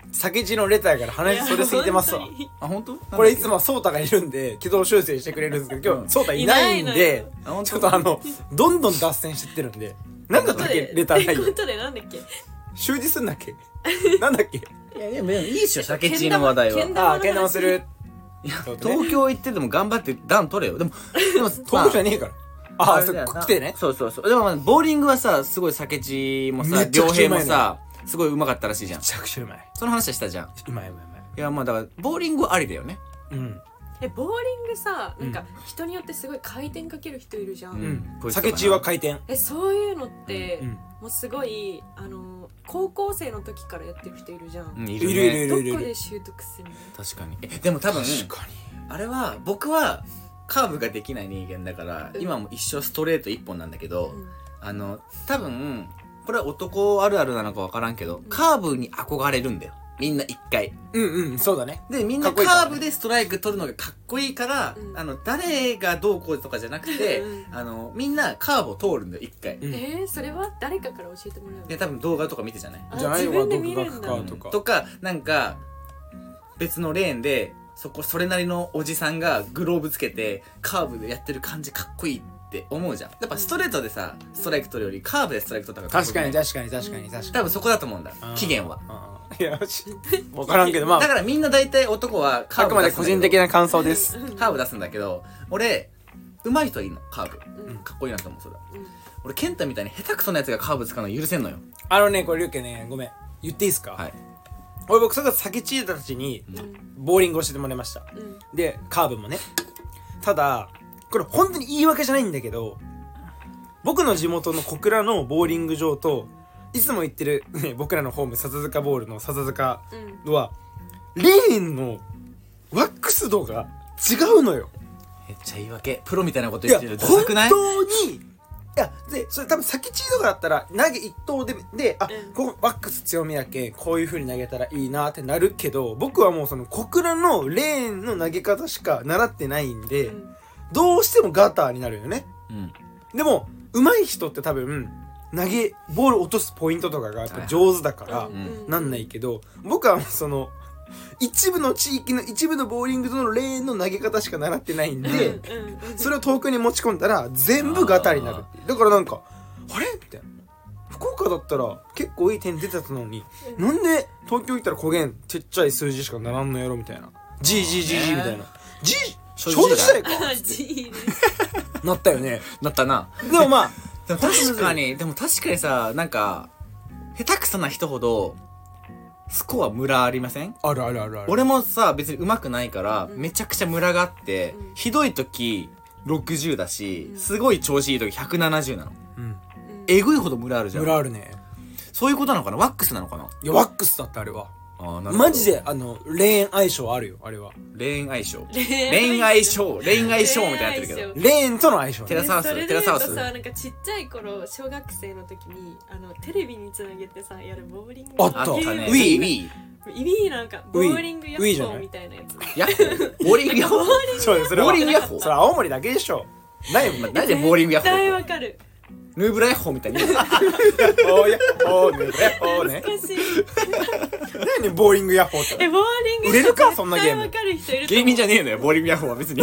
酒地のレターから話それすぎてますわ。 あ本当？ これいつもソータがいるんで軌道修正してくれるんですけど、今日ソータいないんでちょっとあのどんどん脱線してってるんで。なんだったっけレター内容。 本当でなんだっけ。 習字すんだっけ。なんだっけ。 いやでもいいっしょ酒地の話題は。 ああけん玉する。 いや東京行ってでも頑張って段取れよ。でもでも東京じゃねえから。ああそう来てね。 そうそうそう。でもボーリングはさすごい酒地もさ良平もさすごいうまかったらしいじゃん。 めちゃくちゃうまい。 その話はしたじゃん。 うまいうまいうまい。 いやまあだからボーリングはありだよね。 うん。 えボーリングさなんか人によってすごい回転かける人いるじゃん。 うん。酒地は回転。 えそういうのってもうすごいあの高校生の時からやってる人いるじゃん。 いるいるいるいるいる。 どこで習得するの？ 確かに。えでも多分確かにあれは僕はカーブができない人間だから、うん、今も一生ストレート一本なんだけど、うん、あの多分これは男あるあるなのか分からんけど、うん、カーブに憧れるんだよみんな一回。 うんうんそうだね。 でみんなカーブでストライク取るのがかっこいいから、うん、あの誰がどうこうとかじゃなくて、うん、あのみんなカーブを通るんだよ一回、 うん、えー、それは誰かから教えてもらうの？ いや多分動画とか見てじゃないじゃない自分で見るんだとかとかなんか別のレーンでそこそれなりのおじさんがグローブつけてカーブでやってる感じかっこいいって思うじゃん。やっぱストレートでさストライク取るよりカーブでストライク取った方が確かに確かに確かに確かに多分そこだと思うんだ期限は。 いや分からんけどまあだからみんな大体男はカーブ出すんだけどあくまで個人的な感想です。 カーブ出すんだけど俺上手い人はいいのカーブ、うん、かっこいいなと思うそれ、うん、俺ケンタみたいに下手くそなやつがカーブ使うの許せんのよ。 あのねこれリュウケねごめん言っていいですか。はい。俺僕それから酒チーたちにボーリングをしてもらいました、うん、でカーブもね。ただこれ本当に言い訳じゃないんだけど僕の地元の小倉のボーリング場といつも行ってる、ね、僕らのホーム笹塚ボールの笹塚は、うん、レーンのワックス度が違うのよ。 めっちゃ言い訳プロみたいなこと言ってる。 いや本当にいやでそれ多分先チーとかだったら投げ一投でであ、うん、ここワックス強みやけんこういう風に投げたらいいなってなるけど僕はもうその小倉のレーンの投げ方しか習ってないんで、うん、どうしてもガターになるよね、うん、でも上手い人って多分投げボール落とすポイントとかがやっぱ上手だからなんないけど、僕はその一部の地域の一部のボーリングのレーンの投げ方しか習ってないんでそれを遠くに持ち込んだら全部ガタになるっていう。だからなんかあれみたいな福岡だったら結構いい点出てたのになんで東京行ったら小弦ちっちゃい数字しかならんのやろみたいな ジージージージー みたいな G 小豆時代かなったよね。 なったな。 でもまあでも確かにでも確かにさなんか下手くそな人ほどスコアムラありません？ あるあるあるある。 俺もさ別に上手くないから、うん、めちゃくちゃムラがあって、うん、ひどい時ろくじゅうだし、うん、すごい調子いい時ひゃくななじゅうなの、うん、えぐいほどムラあるじゃん。 ムラあるね。 そういうことなのかなワックスなのかな。 いやワックスだってあれはあマジであのレーン相性あるよあれは。 レーン相性恋愛性恋愛性みたいになってるけどレーンとの相性、ね、 テラスハウステラスハウスさなんかちっちゃい頃小学生の時にあのテレビにつなげてさやるボーリングあったね。ウィーウィーウィーなんかボーリングヤッホーみたいなやつ。 ヤッホーボーリングヤッホーそうですそれはボーリングヤッホーそれ青森だけでしょ。何何でボーリングヤッホー絶対わかる。 ヌーブラヤッホーみたいにヤッホーヤッホーヌーブラヤッホーね。 難しい何ボーリングヤッホーってえボーリング売れるかそんなゲーム。 わかる人いる。 芸人じゃねえのよボーリングヤッホーは別に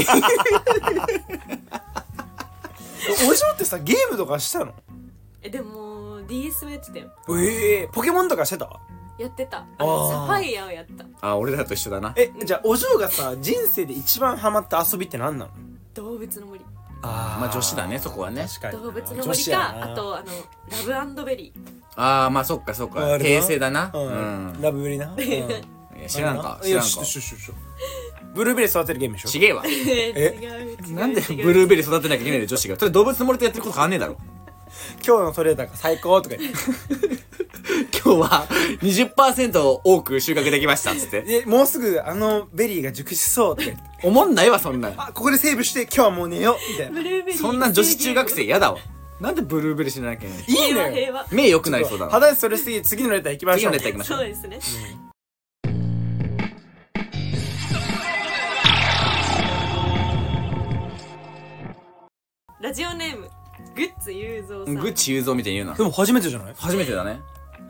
お嬢ってさゲームとかしたの？ えでも ディーエス もやってたよ。 ええー、ポケモンとかしてた？ やってた。あのサファイアをやった。 あ俺らと一緒だな。 えじゃあお嬢がさ人生で一番ハマった遊びって何なの？ 動物の森。 あまあ女子だねそこはね。 確かに動物の森かあとあのラブ&ベリー。 ああまあそっかそっか平成だな。 うん、うん、ラブベリーな、うん、いや知らんか知らんか。 ブルーベリー育てるゲームでしょ。 ちげえわえなんでブルーベリー育てなきゃいけないの女子が。それ動物の森とやってること変わんねえだろ。 今日のトレーダーが最高とか言って今日は にじゅっパーセント 多く収穫できましたっつってでもうすぐあのベリーが熟しそうって思んないわそんなんあここでセーブして今日はもう寝ようみたいな。 ブルーベリーそんな女子中学生やだわ。なんでブルーベリーしなきゃいけない。 いいのよ目良くなりそうだな。 肌それすぎ次のレター行きましょう。 次のレター行きましょう。 そうですね、うん、ラジオネームグッズ雄三さん。 グッチ雄三みたいに言うな。 でも初めてじゃない？ 初めてだね。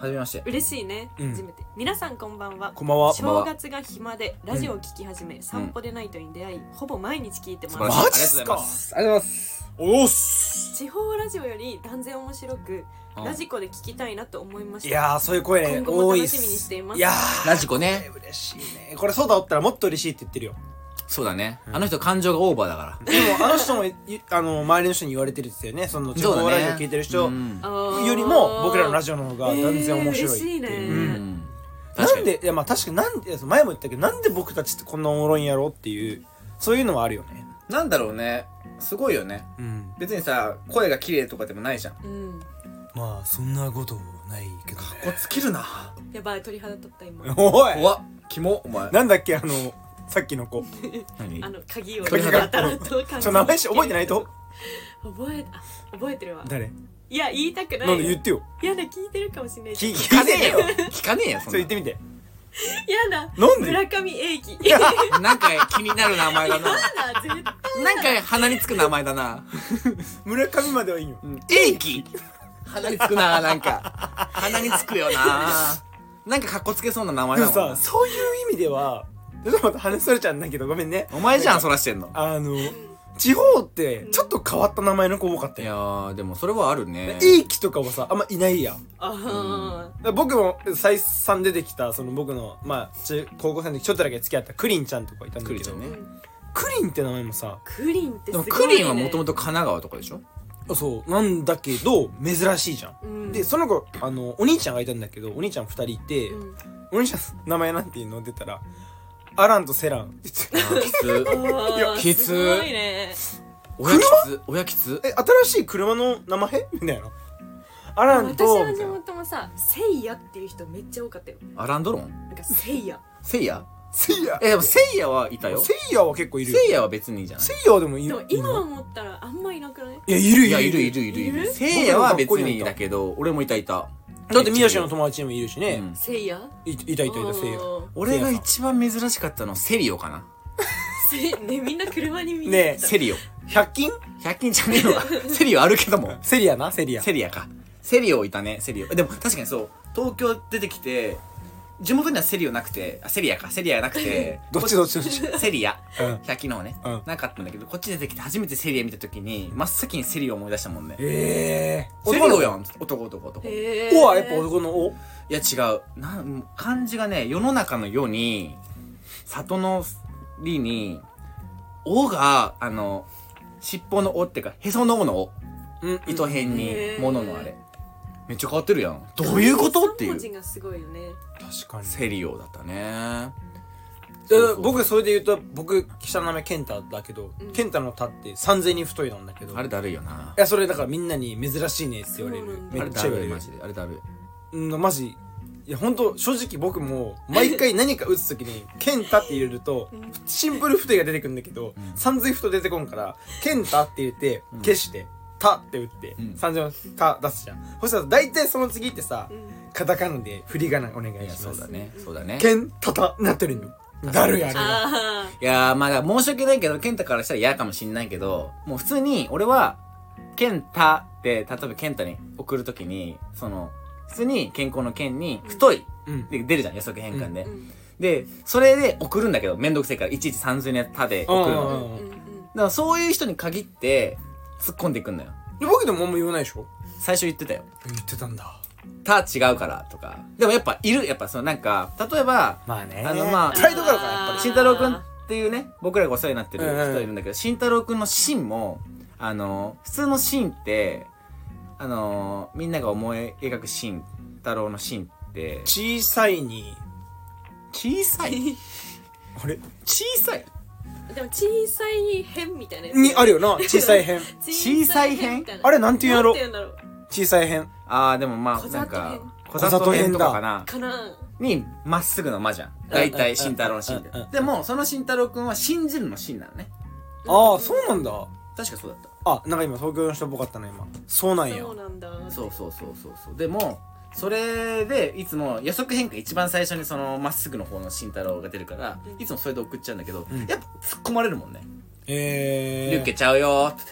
はじめまして。 嬉しいね、 うん初めて。皆さんこんばんは。 こんばんは。 正月が暇でラジオを聞き始め、散歩でナイトに出会い、ほぼ毎日聞いてます。 素晴らしいマジっすか。 ありがとうございますありがとうございますおっす。 地方ラジオより断然面白く、 うんラジコで聞きたいなと思いました。 いやーそういう声ね今後も多いっ楽しみにしています。 いやーラジコね嬉しいね。これそうだおったらもっと嬉しいって言ってるよ。 そうだね、あの人感情がオーバーだからでもあの人もいあの周りの人に言われてるんですよね。その地そうだね方ラジオ聞いてる人うんあーよりも僕らのラジオの方が断然面白いっていう、 えー嬉しいねうんなんでいやまあ確かになんで前も言ったけどなんで僕たちってこんなおもろいんやろっていうそういうのはあるよね。 なんだろうね、すごいよね。 うん別にさ声が綺麗とかでもないじゃん。 うん。 まあそんなことないけどね。 これ尽きるな。 やばい、鳥肌立った今。 おい怖っキモお前。 なんだっけあのさっきの子何あの鍵を鍵が当たらんと感じちょ名前し覚えてないと覚えあ覚えてるわ。 誰いや言いたくないよ。 なんで言ってよ。 やだ、聞いてるかもしれないけど。 聞聞かねえよ聞かねえよそんそれ言ってみて。 やだ。 なんで村上英樹。 ななんか気になる名前だな。 やだ絶対。 なんか鼻につく名前だな。 村上まではいいよ。 英気鼻につくな、なんか鼻につくよな。なんかかっこつけそうな名前でもだもんな。 さそういう意味ではちょっとまた話それちゃうんだけどごめんね。 お前じゃんそらしてんの。 あの地方ってちょっと変わった名前の子多かったいやよ。 ーでもそれはあるね。 いい木とかはさあんまいないやん。 あだから僕も再三出てきたその僕のまあ中高校生の時ちょっとだけ付き合ったクリンちゃんとかいたんだけどクリちゃんね。 クリンって名前もさクリンってですもごいね。 クリンはもともと神奈川とかでしょ。 そうなんだけど珍しいじゃん。 うんでその子あのお兄ちゃんがいたんだけどお兄ちゃんふたりいて、 うんお兄ちゃんの名前なんていうの出たらアランとセランって言ってあーきつ。 あーいやきつすごいね。 親きつ親きつ。 え新しい車の名前みたいなアラン私とみたいなの地元もさセイヤっていう人めっちゃ多かったよ。 アランドロンなんかセイヤ。 セイヤ。 セイヤえでもセイヤはいたよ。 セイヤは結構いるよ。 セイヤは別にいいじゃない。 セイヤはでもいるでも今思ったらあんまいなくない？ いやいるいるいやいるいるいるいいるる。セイヤは別にだけど俺もいたいた。 だって宮下の友達にもいるしね、 うんセイヤ？ いいたいたいたセイヤおー俺が一番珍しかったのセリオかな。 せねみんな車に見ねえセリオ。 ひゃっ均ひゃっ均じゃねえわ。セリオあるけども。 セリアなセリアセリアか。セリオいたね、セリオ。でも確かにそう、東京出てきて、地元にはセリオなくて、あ、セリアか、セリアなくて、 どっちどっちどっちセリア。 うんひゃっ均の方ね、 うんなかったんだけど、こっち出てきて初めてセリア見たときに、真っ先にセリオ思い出したもんね。 ええセリオやん男男男。いへおはやっぱ男のおや違う。なん漢字がね、世の中の世に、里のりに、おが、あの、尻尾のおってか、へそのおのお。 うん糸辺にへー物のあれ。めっちゃ変わってるやん。どういうことっていうさん文字。がすごいよね。 確かにセリオだったね。 で僕それで言うと僕下の名前ケンタだけど、 うんケンタのタって三千人太いなんだけどあれだるいよな。 いやそれだからみんなに珍しいねって言われるそうなんだめあれだっちゃ言われるるいマジで。あれだるい。 うんマジいや本当正直僕も毎回何か打つときに「ケンタ」って入れるとうんシンプル太いが出てくるんだけどうん三千太出てこんから「ケンタ」って言ってうん消して「タ」って打ってうん三千タ出すじゃんそしたら大体その次ってさうんカタカナで振り仮名お願いいや、 しますそうだね。そうだね。 ケンタタなってるのだるいあれはあいやー、まあ、だから申し訳ないけど、ケンタからしたら嫌かもしんないけど、もう普通に、俺は、ケンタって、例えばケンタに送るときに、その、普通に健康の健に、太い、 うんで出るじゃん、予測変換で。 ーうんで、それで送るんだけど、めんどくせえから、いちいちさんずいのやつタで送るの。だうんうんうんからそういう人に限って、突っ込んでいくんだよ。 僕でもあんま言わないでしょ最初言ってたよ。 言ってたんだタ違うからとか。でもやっぱいる、やっぱそのなんか、例えば、 まあねあのまあプライドがあるからやっぱり慎太郎くんっていうね、僕らがお世話になってるうんうん人いるんだけど、慎太郎くんの芯も、あの、普通の芯って、あの、みんなが思い描く芯太郎の芯って、 小さいに小さいあれ小さいでも小さい変みたいなやつにあるよな小さい編小さい変みたいなあれなんて言うんやろなんて言うんだろう小さい編あーでもまあ、 小里なんか、小小里里編編だとかかな。 かなに、まっすぐの間じゃん。大体、慎太郎の芯ってうんうんうん。 でも、その慎太郎くんは信じるの芯なのね。 ああそうなんだ確かそうだった。 あなんか今東京の人っぽかったな今そうなんやそうなんだそうそうそうそうそうでもそれでいつも予測変化一番最初にそのまっすぐの方の慎太郎が出るからいつもそれで送っちゃうんだけど、 うんやっぱ突っ込まれるもんね、 えー、 リュッケちゃうよーって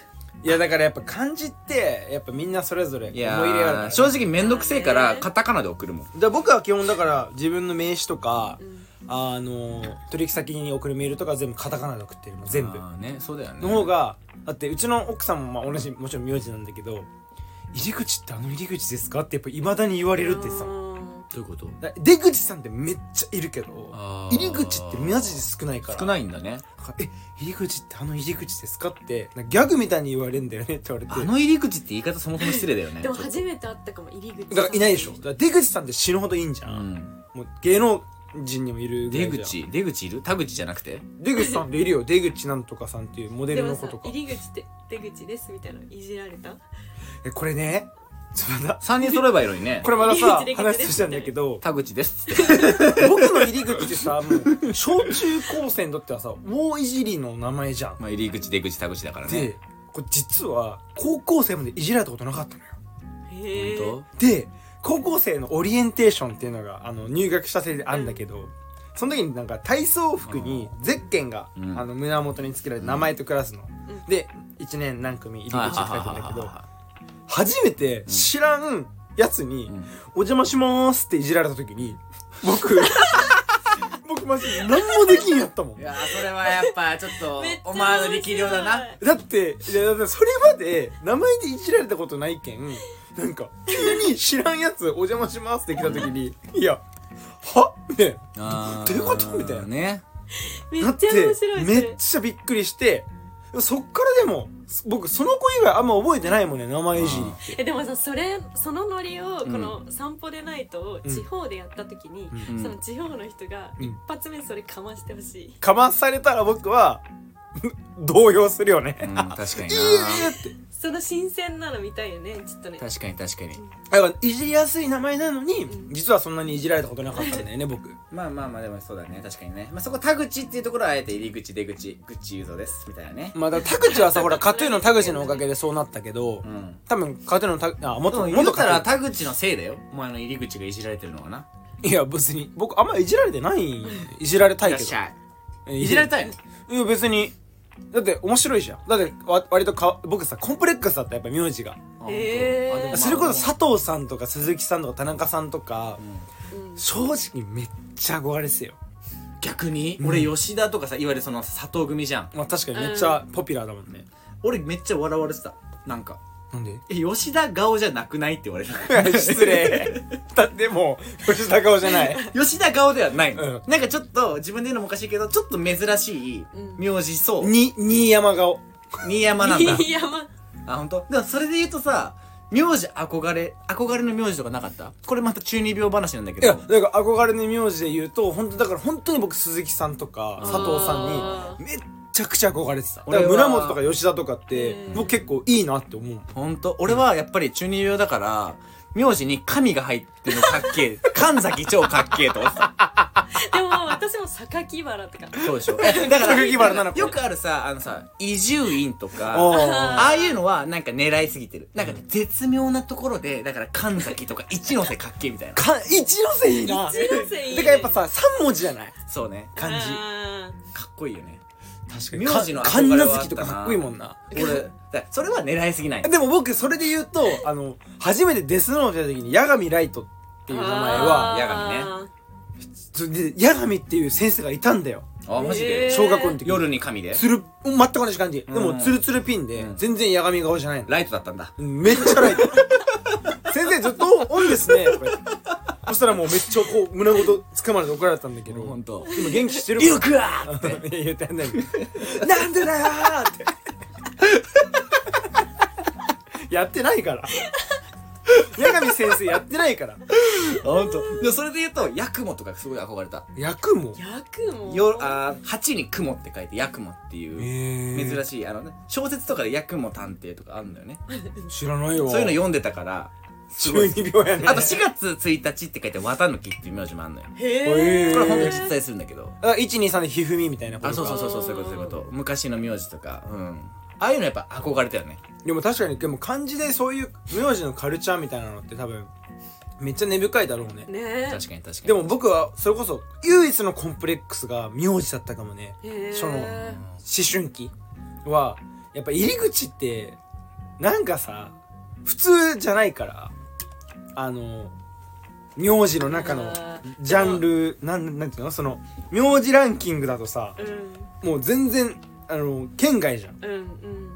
いやだからやっぱ漢字ってやっぱみんなそれぞれ思いいや入れがあるから、 ー正直めんどくせえからカタカナで送るもん。 だから僕は基本だから自分の名刺とか、 うんあの取引先に送るメールとか全部カタカナで送ってるもん全部あーね、そうだよね。 の方がだってうちの奥さんもまあ同じもちろん名字なんだけど入り口ってあの入り口ですかってやっぱいまだに言われるってさうんどういうこと？ だ出口さんってめっちゃいるけどあー入り口ってマジで少ないから少ないんだね。 え入り口ってあの入り口ですかってなんかギャグみたいに言われるんだよねって言われてあの入り口って言い方そもそも失礼だよね。 でも初めて会ったかも入り口だからいないでしょだから出口さんって死ぬほどいいんじゃ、 うんん。 もう芸能人にもいるぐら出いじゃん口出口いる？田口じゃなくて？ 出口さんっているよ出口なんとかさんっていうモデでもさルの子とか入り口って出口ですみたいなのいじられたえこれねちょっとまださんにん揃えばいいのにね。 これまださ入り口出口話としたんだけど田口ですっつって。 僕の入り口ってさもう小中高生にとってはさ大いじりの名前じゃんまあ入り口出口田口だからでね。 これ実は高校生までいじられたことなかったのよへえ本で高校生のオリエンテーションっていうのがあの入学したせいであるんだけど、その時になんか体操服にゼッケンが、 うんあの胸元につけられて名前とクラスの、 うんでいちねん何組入り口って書いてあるんだけどは初めて知らんやつにうん 「お邪魔します」っていじられた時に僕僕マジで何もできんやったもんいはいはい。いやーそれはやっぱちょっとめっちゃお前の力量だな。 だっていやだってそれまで名前でいじられたことないけんなんか急に知らんやつ「お邪魔します」って来た時に「いやは?」みたいなあーどういうことみたいなね。 だっめっちゃ面て白いめっちゃびっくりしてそっからでも僕その子以外あんま覚えてないもんね名前いじりってえでもさそれそのノリをこの「散歩でないと」をうん地方でやった時に、 うんその地方の人がうん一発目それかましてほしい、 かまされたら僕は動揺するよね、 うん確かにいやいな。 やってその新鮮なの見たいよねちょっとね確かに確かに。 だからいじりやすい名前なのに、 うん実はそんなにいじられたことなかったんだよね僕まあまあまあでもそうだね確かにね。まあそこ田口っていうところはあえて入り口出口口雄三ですみたいなね。 まあだから田口はさほらカトゥーの田口のおかげでそうなったけど、 うん。 多分カトゥーの田あもっでもとも言ったらっとカトゥ田口のせいだよ。お前の入り口がいじられてるのはな。 ーいや別に僕あんまいじられてないいじられたいけどいらっしゃい。 えいじられたいの？ いや別にだって面白いじゃんだってわ割とか僕さコンプレックスだったやっぱ名字がへーあでもまあそれこそ佐藤さんとか鈴木さんとか田中さんとかうん正直めっちゃ憧れっすよ逆に、 うん俺吉田とかさいわゆるその佐藤組じゃん。 まあ確かにめっちゃポピュラーだもんね俺めっちゃ笑われてた。なんかなんでえ吉田顔じゃなくないって言われた。 失礼だってもう吉田顔じゃない吉田顔ではないの、 うんなんかちょっと自分で言うのもおかしいけどちょっと珍しいうん名字そう、 に新山顔新山なんだいやまあ本当。でもそれで言うとさ名字憧れ憧れの名字とかなかった？これまた中二病話なんだけいやどだから憧れの名字で言うと本当だから本当に僕鈴木さんとか佐藤さあんにめっちゃくちゃ憧れてただか俺はら村本とか吉田とかってうん僕結構いいなって思う本当俺はやっぱり中二病だから名字に神が入ってるのかっけえ神崎超かっけえと思ってた。 でも私も榊原とかそうでしょ。えだから榊原なのよくあるさあのさ伊集院とかおーああいうのはなんか狙いすぎてる。なんかね絶妙なところでだから神崎とか一ノ瀬かっけえみたいな。 か一ノ瀬いいな一ノ瀬いいねだからやっぱささん文字じゃないそうね。 漢字あかっこいいよね。 確かに名字の神憧れはあったな奈月とかかっこいいもんな俺だそれは狙いすぎない。 でも僕それで言うとあの初めてデスノートやった時に八神ライトっていう名前はあー八神ねそれで八神っていう先生がいたんだよあマジへでー小学校の時夜に神でつる全く同じ感じでうんもツルツルピンでうん全然八神顔じゃないのライトだったんだ。 うんめっちゃライト先生ずっとオンですねとか言ってそしたらもうめっちゃこう胸ごと掴まれて怒られたんだけど本当。 今元気してるよくわーって言ってんだけどなんでだよーってやってないから八神先生やってないから本当。でもそれで言うとヤクモとかすごい憧れた。 ヤクモ役もよあー八に雲って書いてヤクモっていう珍珍しいあのね小説とかでヤクモ探偵とかあるんだよね。 知らないわそういうの読んでたからすごい。 中二病やねあとしがつついたちって書いて綿貫っていう名字もあるのよ。 へへーえこれ本当に実在するんだけど。 あいちにさんでひふみみたいなことかあそうそうそうそうそういうことそういうこと。昔の名字とかうんああいうのやっぱ憧れたよね。 でも確かにでも漢字でそういう名字のカルチャーみたいなのって多分めっちゃ根深いだろうねね確かに確かに。 でも僕はそれこそ唯一のコンプレックスが名字だったかもねへーその思春期はやっぱ入り口ってなんかさ普通じゃないからあの名字の中のジャンルなんなんていうのその名字ランキングだとさ、うん、もう全然あの県外じゃん、うんうん、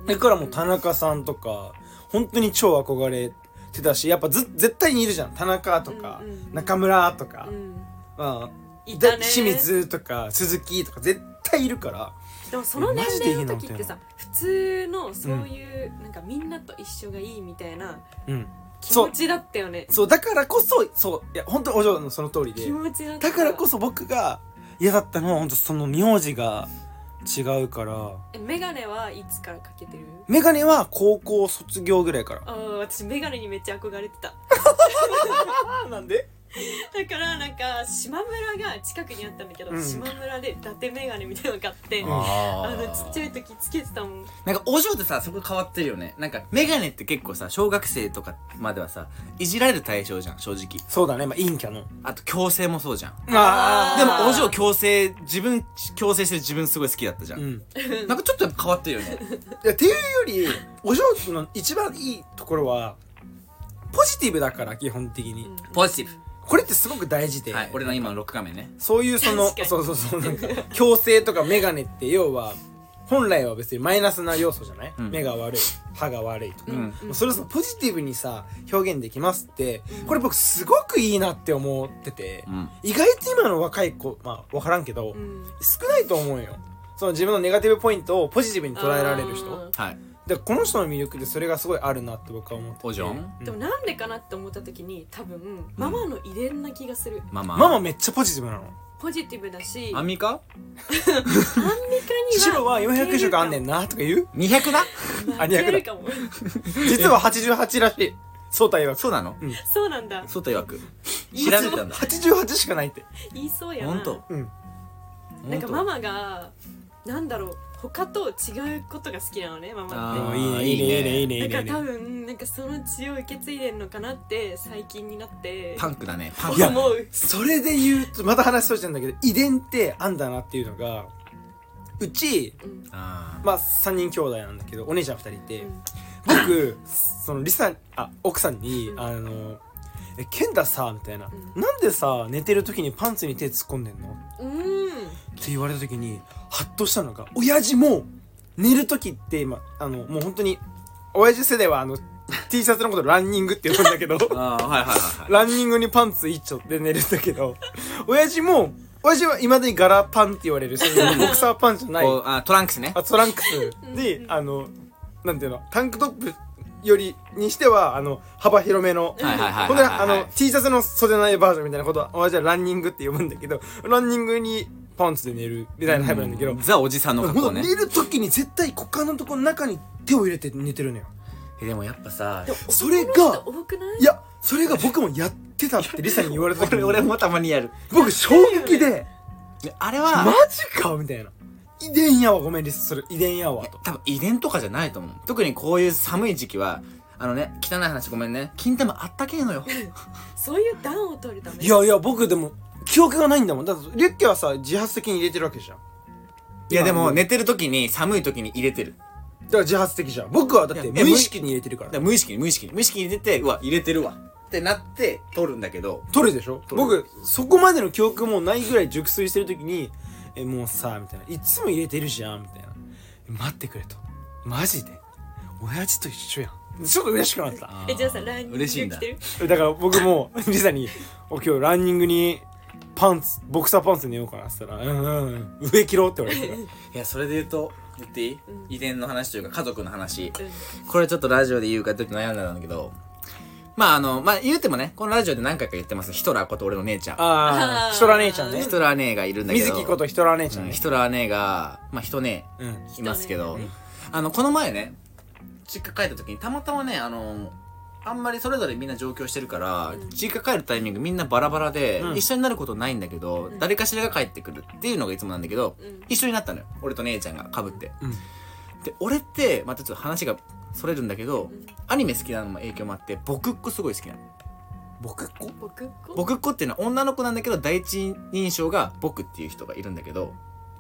だからもう田中さんとか本当に超憧れてたしやっぱず絶対にいるじゃん田中とか、うんうん、中村とか、うん、まあいたね、清水とか鈴木とか絶対いるからでもその年齢の時ってさ普通のそういう、うん、なんかみんなと一緒がいいみたいな気持ちだったよね、 うん、そう、そうだからこそそういや本当お嬢のその通りで気持ちだっただからこそ僕が嫌だったのは本当その名字が違うからえメガネはいつからかけてる？ メガネは高校卒業ぐらいからああ私メガネにめっちゃ憧れてたなんで？ だからなんか島村が近くにあったんだけど、うん、島村で伊達メガネみたいなの買ってああのちっちゃい時つけてたもん。 なんかお嬢ってさそこ変わってるよね。なんかメガネって結構さ小学生とかまではさいじられる対象じゃん正直。 そうだねまあ陰キャのあと矯正もそうじゃん。 あでもお嬢矯正自分矯正してる自分すごい好きだったじゃん、うん、なんかちょっとやっぱ変わってるよねいやっていうよりお嬢の一番いいところはポジティブだから基本的に、うん、 ポジティブこれってすごく大事で、 はい、俺の今のロック画面ねそういうそのそうそうそうなんか矯正とかメガネって要は本来は別にマイナスな要素じゃない、うん、目が悪い歯が悪いとか、うん、それをさポジティブにさ表現できますってこれ僕すごくいいなって思ってて、うん、意外と今の若い子まあ分からんけど、うん、少ないと思うよその自分のネガティブポイントをポジティブに捉えられる人はいでこの人の魅力でそれがすごいあるなって僕は思ってておじょん、 うん、でもなんでかなって思った時に多分、うん、ママの遺伝な気がするママママめっちゃポジティブなのポジティブだしアンミカアンミカには白はよんひゃくしょくあんねんなとか言うにひゃくだあにひゃくだ実ははちじゅうはちらしいそうたいわくそうなの、 うん、そうなんだそうたいわく調べたんだはちじゅうはちしかないって言いそうやなほんと、 うん、 なんかママがなんだろう他と違うことが好きなのねママっていいねいいねいいねいいねいいねなんか多分なんかその血を受け継いでんのかなって最近になってパンクだねパンクいやそれで言うとまた話しそうしたんだけど遺伝ってあんだなっていうのがうち、うん、あまあさんにん兄弟なんだけどお姉ちゃんふたりいて、うん、僕そのリサあ奥さんに、うん、あのえケンタさみたいな、うん、なんでさ寝てる時にパンツに手突っ込んでんの、うんって言われた時にハッとしたのが親父も寝る時って今あのもう本当に親父世代はあの T シャツのことランニングって言うんだけどあ、はいはいはい、 ランニングにパンツ一丁で寝るんだけど親父も親父はいまだにガラパンって言われるそういうボクサーパンじゃないあトランクスねあトランクスであのなんていうのタンクトップよりにしてはあの幅広めのほんであの T シャツの袖ないバージョンみたいなことは親父はランニングって呼ぶんだけどランニングにパンツで寝るみたいなタイプなんだけど、うん、 ザおじさんの格好ね寝る時に絶対股間のところの中に手を入れて寝てるのよえでもやっぱさそれがいやそれが僕もやってたってリサに言われた時に俺もたまにやる僕衝撃であれはマジかみたいな遺伝やわごめんリサそれ遺伝やわと多分遺伝とかじゃないと思う特にこういう寒い時期はあのね汚い話ごめんね金玉あったけえのよそういう暖を取るためいやいや僕でも記憶がないんだもんだってリュッケはさ自発的に入れてるわけじゃんいやでも寝てる時に寒い時に入れてるだから自発的じゃん僕はだって無意識に入れてるから無意識に無意識に無意識に入れてうわ入れてるわってなって取るんだけど取るでしょ僕そこまでの記憶もないぐらい熟睡してる時にえもうさみたいないつも入れてるじゃんみたいな待ってくれとマジで親父と一緒やんちょっと嬉しくなったえじゃあさランニング嬉しいんだだから僕もリサに今日ランニングにパンツボクサーパンツ寝ようかなって言ったらうんうん上着ろって言われていやそれで言うと言っていい、うん、遺伝の話というか家族の話、うん、これちょっとラジオで言うかちょっと悩んだんだけどまああのまあ言うてもねこのラジオで何回か言ってますヒトラーこと俺の姉ちゃんああヒトラー姉ちゃんねヒトラー姉がいるんだけど水木ことヒトラー姉ちゃん、ねうん、ヒトラー姉がまあヒト姉、うん、いますけど、うん、あのこの前ね実家帰った時にたまたまねあのあんまりそれぞれみんな上京してるから、うん、実家帰るタイミングみんなバラバラで、うん、一緒になることないんだけど、うん、誰かしらが帰ってくるっていうのがいつもなんだけど、うん、一緒になったのよ俺と姉ちゃんが被って、うん、で俺ってまたちょっと話がそれるんだけど、うん、アニメ好きなのも影響もあって僕っ子すごい好きなの僕っ子僕っ子僕っ子っていうのは女の子なんだけど第一印象が僕っていう人がいるんだけど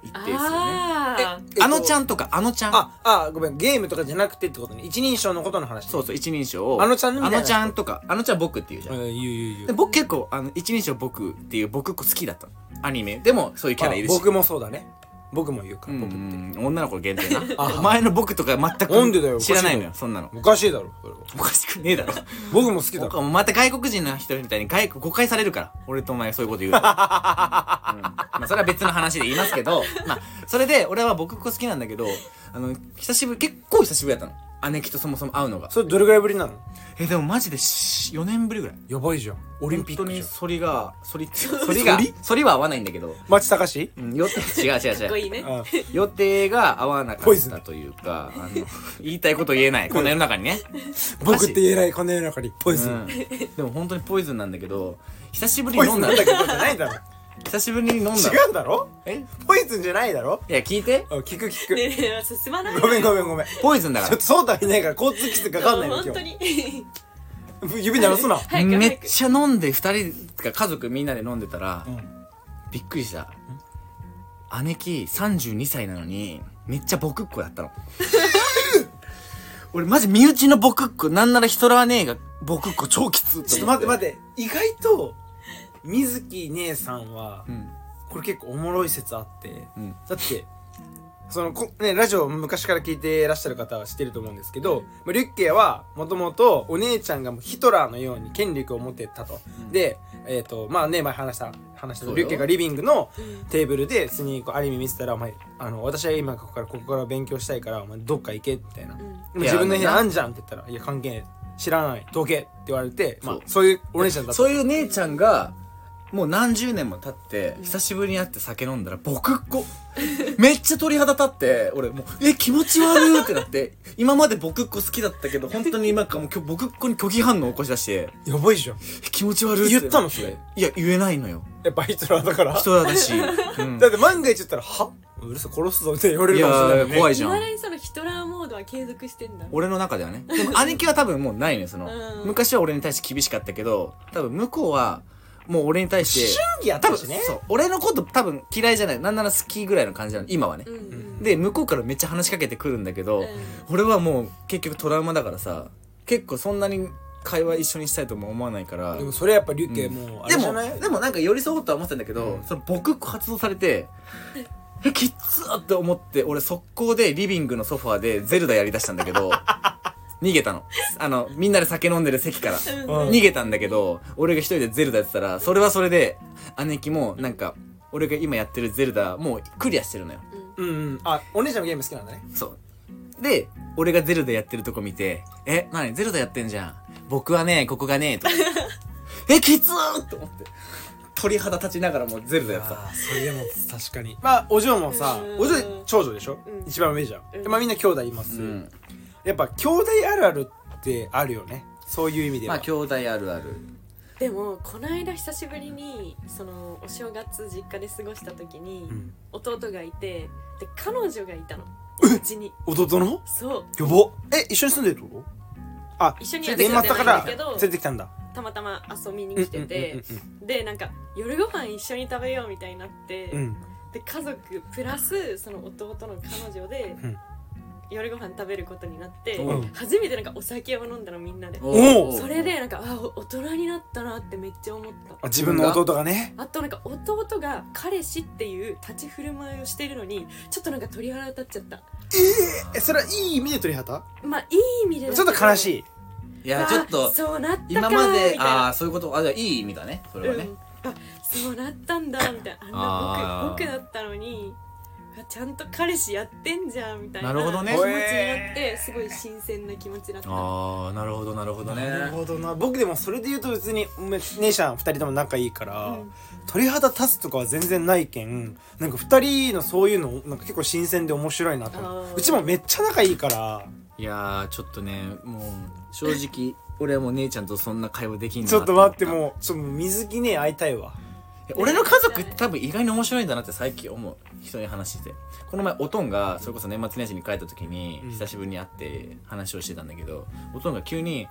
一定数ね。 あえあのちゃんとかあのちゃん、 ああごめんゲームとかじゃなくてってことね。一人称のことの話。 そうそう一人称をあのちゃんみたいなあのちゃんとかあのちゃん僕って言うじゃん。 うん言う言う言うで僕結構あの一人称僕っていう僕っ子好きだったの。アニメでもそういうキャラいるし。 僕もそうだね。僕も言うかうんら僕って。 うん女の子限定な。 あお前の僕とか全なんでだよく知らないのよそんなの。 おかしいだろそれは。 おかしくねえだろ。 僕も好きだろ。 僕はもうまた外国人の人みたいに外国誤解されるから俺とお前そういうこと言うと、うん、まあそれは別の話で言いますけど、まあそれで俺は僕っ子好きなんだけど、あの久しぶり結構久しぶりだったの姉貴とそもそも会うのが。 それどれぐらいぶりなの？ えでもマジでよねんぶりぐらい。 やばいじゃん。オリンピッ本当にクじゃん。 反りが反り反りが反り反りは合わないんだけど、 町高し？ うん、よ違う違うかっこ違ういいね。 あ予定が合わなかポイズンったというか、あの言いたいこと言えないこの世の中にね。 僕って言えないこの世の中にポイズン。 うんでも本当にポイズンなんだけど、久しぶりポイズンに飲んだなんだけどじゃないだろ。 久しぶりに飲んだ違うだろ？ えポイズンじゃないだろ？ いや聞いて、 あ聞く聞く。 ねえねえ進まない。 ごめんごめんごめん。 ポイズンだかちょっとそうだいないから交通規制かかんないの本今日。 当に。 指鳴らすな。 早くらめ早く。 っちゃ飲んで二人か家族みんなで飲んでたら、 うんびっくりした。姉貴さんじゅうにさいなのにめっちゃ僕っ子だったの。俺マジ身内の僕っ子、なんならヒトラー姉が僕っ子超きつちょっと待って待って意外と水木姉さんはうんこれ結構おもろい説あってうんだってそのこねラジオ昔から聞いてらっしゃる方は知ってると思うんですけど、まあリュッケはもともとお姉ちゃんがもうヒトラーのように権力を持ってたと、 うんでえっ、とまあね前話した話したそうよリュッケがリビングのうんテーブルで普通にこうアニメ見てたら「お前あの私は今ここからここから勉強したいからお前どっか行け」みたいな「 うんでも自分の部屋あんじゃん」って言ったら「いや関係ない知らないどけ」って言われてまあそういうお姉ちゃんだったそういう姉ちゃんがもう何十年も経って久しぶりに会って酒飲んだら僕っ子めっちゃ鳥肌立って俺もうえ気持ち悪いってなって今まで僕っ子好きだったけど本当になんかもう今日僕っ子に拒否反応を起こし出してやばいじゃんえ気持ち悪いって言ったのそれいや言えないのよやっぱヒトラーだから人だし、うんだって万が一言ったら「はうるさい殺すぞ」って言われるいかもしれないやもんね怖いじゃんいまだにそのヒトラーモードは継続してんだ。 俺の中ではねでも兄貴は多分もうないのよその、 うん昔は俺に対して厳しかったけど多分向こうはもう俺に対して審議やっ多分たしねそう俺のこと多分嫌いじゃないなんなら好きぐらいの感じなの今はね、 うんうん。 で向こうからめっちゃ話しかけてくるんだけど、 うん俺はもう結局トラウマだからさ結構そんなに会話一緒にしたいとも思わないからでもそれやっぱリュッケもうあでもれじゃないでもなんか寄り添おうとは思ってたんだけど、 うんその僕っ子発動されてえきっつーって思って俺速攻でリビングのソファーでゼルダやりだしたんだけど逃げたのあのみんなで酒飲んでる席からうん逃げたんだけど俺が一人でゼルダやってたらそれはそれで姉貴もなんか俺が今やってるゼルダもうクリアしてるのようんうんあお姉ちゃんもゲーム好きなんだねそうで俺がゼルダやってるとこ見て「え何ゼルダやってんじゃん僕はねここがね」とかえきつーって思って鳥肌立ちながらもうゼルダやってたあーそれでも確かにまあお嬢もさうんお嬢長女でしょうん一番上じゃんうんでまあみんな兄弟いますうんやっぱ兄弟あるあるってあるよねそういう意味ではまあ兄弟あるあるでもこの間久しぶりにそのお正月実家で過ごした時にうん弟がいてで彼女がいたのうちに。 弟のそうやばえ一緒に住んでるってことあ一緒には年住んでないん末だからだけど連れてきたんだたまたま遊びに来ててでなんか夜ご飯一緒に食べようみたいになって、 うんうんで家族プラスその弟の彼女で、 うん夜ご飯食べることになって、 うん初めてなんかお酒を飲んだのみんなで。 おそれでなんかあ大人になったなってめっちゃ思ったあ自分の弟がねあとなんか弟が彼氏っていう立ち振る舞いをしてるのにちょっとなんか鳥肌立っちゃった。 えそれはいい意味で鳥肌まあいい意味でだけどちょっと悲しいいやちょっとそうなったか今までみたいなああそういうことあじゃあいい意味だねそれはね、 うん、あそうなったんだみたいなあんなあー僕僕だったのにあちゃんと彼氏やってんじゃんみたいななるほどね気持ちになってすごい新鮮な気持ちだった。 ああなるほどなるほどねなるほどな僕でもそれで言うと別にめ姉ちゃんふたりとも仲いいから、 うん鳥肌立つとかは全然ないけんなんかふたりのそういうのなんか結構新鮮で面白いなと思うあーうちもめっちゃ仲いいからいやーちょっとねもう正直俺はもう姉ちゃんとそんな会話できんなちょっと待ってうもうちょっと水着ね会いたいわ俺の家族って多分意外に面白いんだなって最近思う人に話しててこの前おとんがそれこそ年末年始に帰った時にうん久しぶりに会って話をしてたんだけど、おとんが急に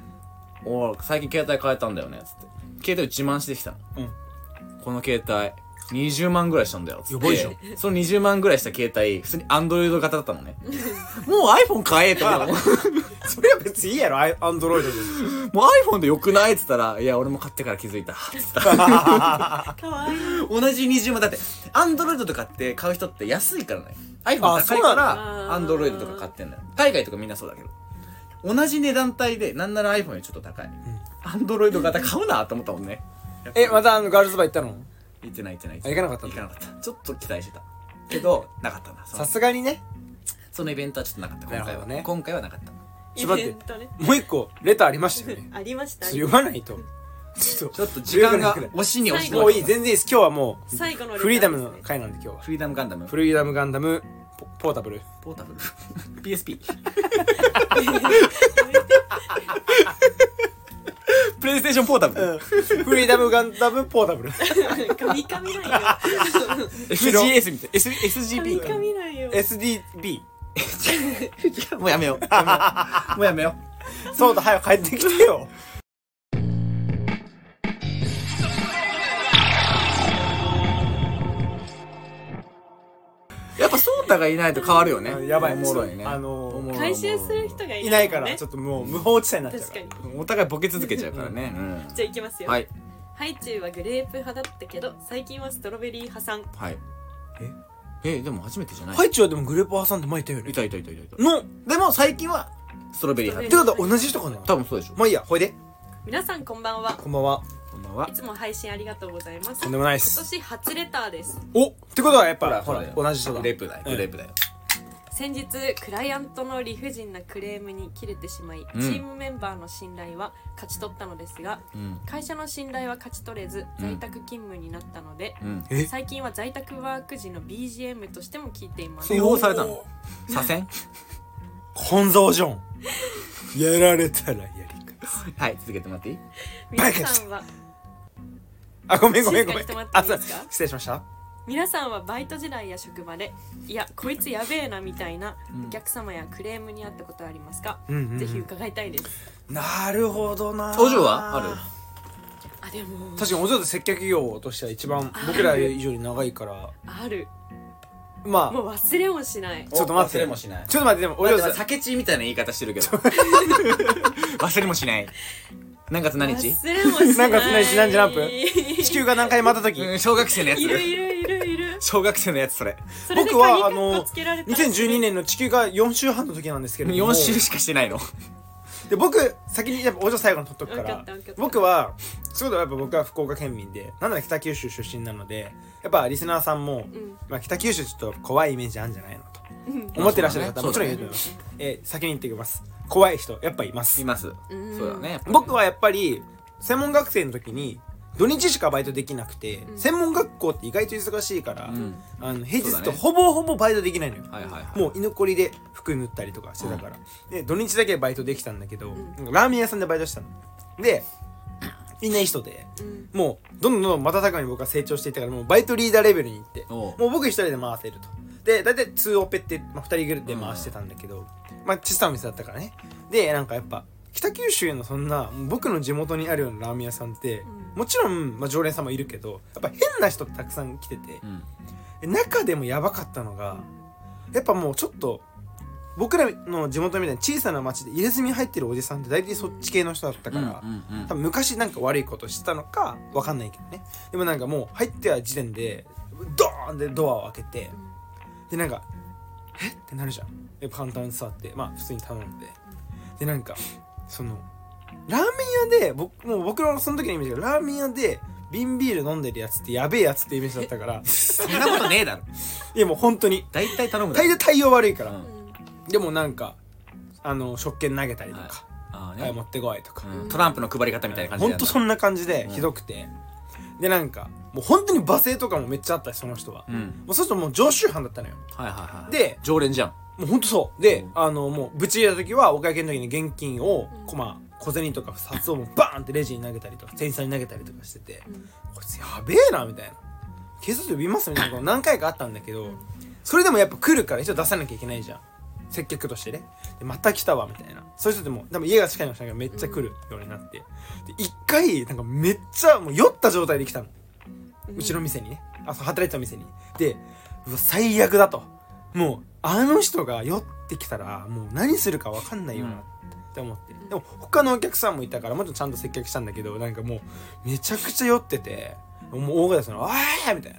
「お最近携帯変えたんだよね」っつって携帯を自慢してきたの、 うんこの携帯にじゅうまんぐらいしたんだよっつってやばいじゃんそのにじゅうまんぐらいした携帯普通にアンドロイド型だったのねもう iPhone 買えって思ったのそれは別にいいやろアンドロイドでもう iPhone でよくないっつったらいや俺も買ってから気づいたっつったかわいい同じにじゅうまんだってアンドロイドとかって買う人って安いからね iPhone 高いかそうなんらだアンドロイドとか買ってんだよ海外とかみんなそうだけど同じ値段帯でなんなら iPhone よりちょっと高いアンドロイド型買うなと思ったもんねえまたあのガールズバー行ったの行ってない行ってないあ行かなかったんだ行かなかったちょっと期待してたけどなかったなそのさすがにねそのイベントはちょっとなかった今回は、 なるほどね今回はなかったイちょっと待ってベントねもう一個レターありましたよねありましたちょっと読まないとちょっとちょっと時間が押しに押しにもういい全然いいです今日はもう最後のレターですねフリーダムの回なんで今日はフリーダムガンダムフリーダムガンダムポポータブルポータブル ピーエスピー プレイステーションポータブルフリーダムガンダムポータブルカミカミなんよエスジーエス みたい エスジービー かカミカミなんよエスディービもうやめようやめようもうやめよーそうだ早く帰ってきてようやっぱソータがいないと変わるよねやばいおもろいねあのおもろい回収する人がいないいないからねちょっともう無法地帯になっちゃう確かからにお互いボケ続けちゃうからねうんじゃあいきますよはいハイチュウはグレープ派だったけど最近はストロベリー派さんはいええでも初めてじゃないハイチュウはでもグレープ挟んで前いたよねいたいたいたいたいたのっでも最近はストロベリー派てことは同じ人かな多分そうでしょまあいいやほいで皆さんこんばんはこんばんはこんばんはいつも配信ありがとうございますとんでもないっ今す年初レターですおってことはやっぱほらほらほら同じ人だグレープだよグレープだよ先日クライアントの理不尽なクレームに切れてしまい、 うんチームメンバーの信頼は勝ち取ったのですがうん会社の信頼は勝ち取れずうん在宅勤務になったので、 うんえ最近は在宅ワーク時の ビージーエム としても聞いています通報されたの左遷本草ジョンやられたらやり返すはい続けてもらっていい皆さんはあごめんごめんごめん静かに止まっていいあですか失礼しました皆さんはバイト時代や職場でいやこいつやべえなみたいなうんお客様やクレームにあったことありますか、 うんうんうんぜひ伺いたいです。 なるほどなお嬢はあるあでも確かにお嬢って接客業としては一番僕ら以上に長いからあるまあもう忘れもしない。 ちょっと待って忘れもしないちょっと待ってでもお嬢さん酒地みたいな言い方してるけど忘れもしない何月何日忘れもしない。 何月何日何時何分地球が何回回った時うん小学生のやついるいるいるいる。 小学生のやつそれそれで僕はあ鍵括の弧つけられたにせんじゅうにねんの地球がよん週半の時なんですけれどもよん週しかしてないので僕先にやっぱお嬢最後に取っとくかわからったわかった僕はそうだやっぱ僕は福岡県民でなんなら北九州出身なのでやっぱリスナーさんも、 うんまあ、北九州ちょっと怖いイメージあるんじゃないのとうん思ってらっしゃる方そうだねもちろんいると思います、えー先に言ってきます怖い人やっぱいますいますうんそうだね僕はやっぱり専門学生の時に土日しかバイトできなくて、 うん専門学校って意外と忙しいから、 うんあの平日ってそうだねほぼほぼバイトできないのよ、 はいはいはいもう居残りで服塗ったりとかしてたから、で土日だけバイトできたんだけど、 うラーメン屋さんでバイトしたのでみんないい人でうんもうどんどんどんどん瞬く間に僕は成長していったからもうバイトリーダーレベルに行っておうもう僕一人で回せるとで大体にオペって、まあ、ふたりぐらいで回してたんだけど、まあ小さなお店だったからねでなんかやっぱ北九州のそんな僕の地元にあるようなラーメン屋さんって、 うんもちろん、まあ、常連さんもいるけどやっぱ変な人たくさん来ててうん中でもやばかったのがやっぱもうちょっと僕らの地元みたいな小さな町で入れ墨入ってるおじさんって大体そっち系の人だったから、 うんうん多分昔なんか悪いことしてたのかわかんないけどねでもなんかもう入ってた時点でドーンってドアを開けてでなんかえってなるじゃんでカウンターに座ってまあ普通に頼んででなんかそのラーメン屋で僕もう僕のその時のイメージがラーメン屋で瓶ビール飲んでるやつってやべえやつってイメージだったからそんなことねえだろいやもう本当に大体頼むだろ大体対応悪いから、 うんでもなんかあの食券投げたりとか、はい、 ああね持ってこいとか、 うんトランプの配り方みたいな感じほんとそんな感じでひどくて、でなんかもう本当に罵声とかもめっちゃあったしその人は、もうんうそうするともう常習犯だったのよはいはいはいで常連じゃんもうほんとそうで、 うんあのもうぶち入れた時はお会計の時に現金を、 うんこま小銭とか札をもうバーンってレジに投げたりとか店員さんに投げたりとかしてて、 うんこいつやべえなみたいな警察呼びますみたいなこと何回かあったんだけど、それでもやっぱ来るから一応出さなきゃいけないじゃん接客としてねでまた来たわみたいなそういう人でも多分家が近いの人がめっちゃ来るようになってで一回なんかめっちゃもう酔った状態で来たのうちの店にねあそう働いてた店に。でうわ最悪だと、もうあの人が酔ってきたらもう何するか分かんないよなって思って、でも他のお客さんもいたからもちろんちゃんと接客したんだけど、なんかもうめちゃくちゃ酔ってて、もう大声出すの「おい!」みたいな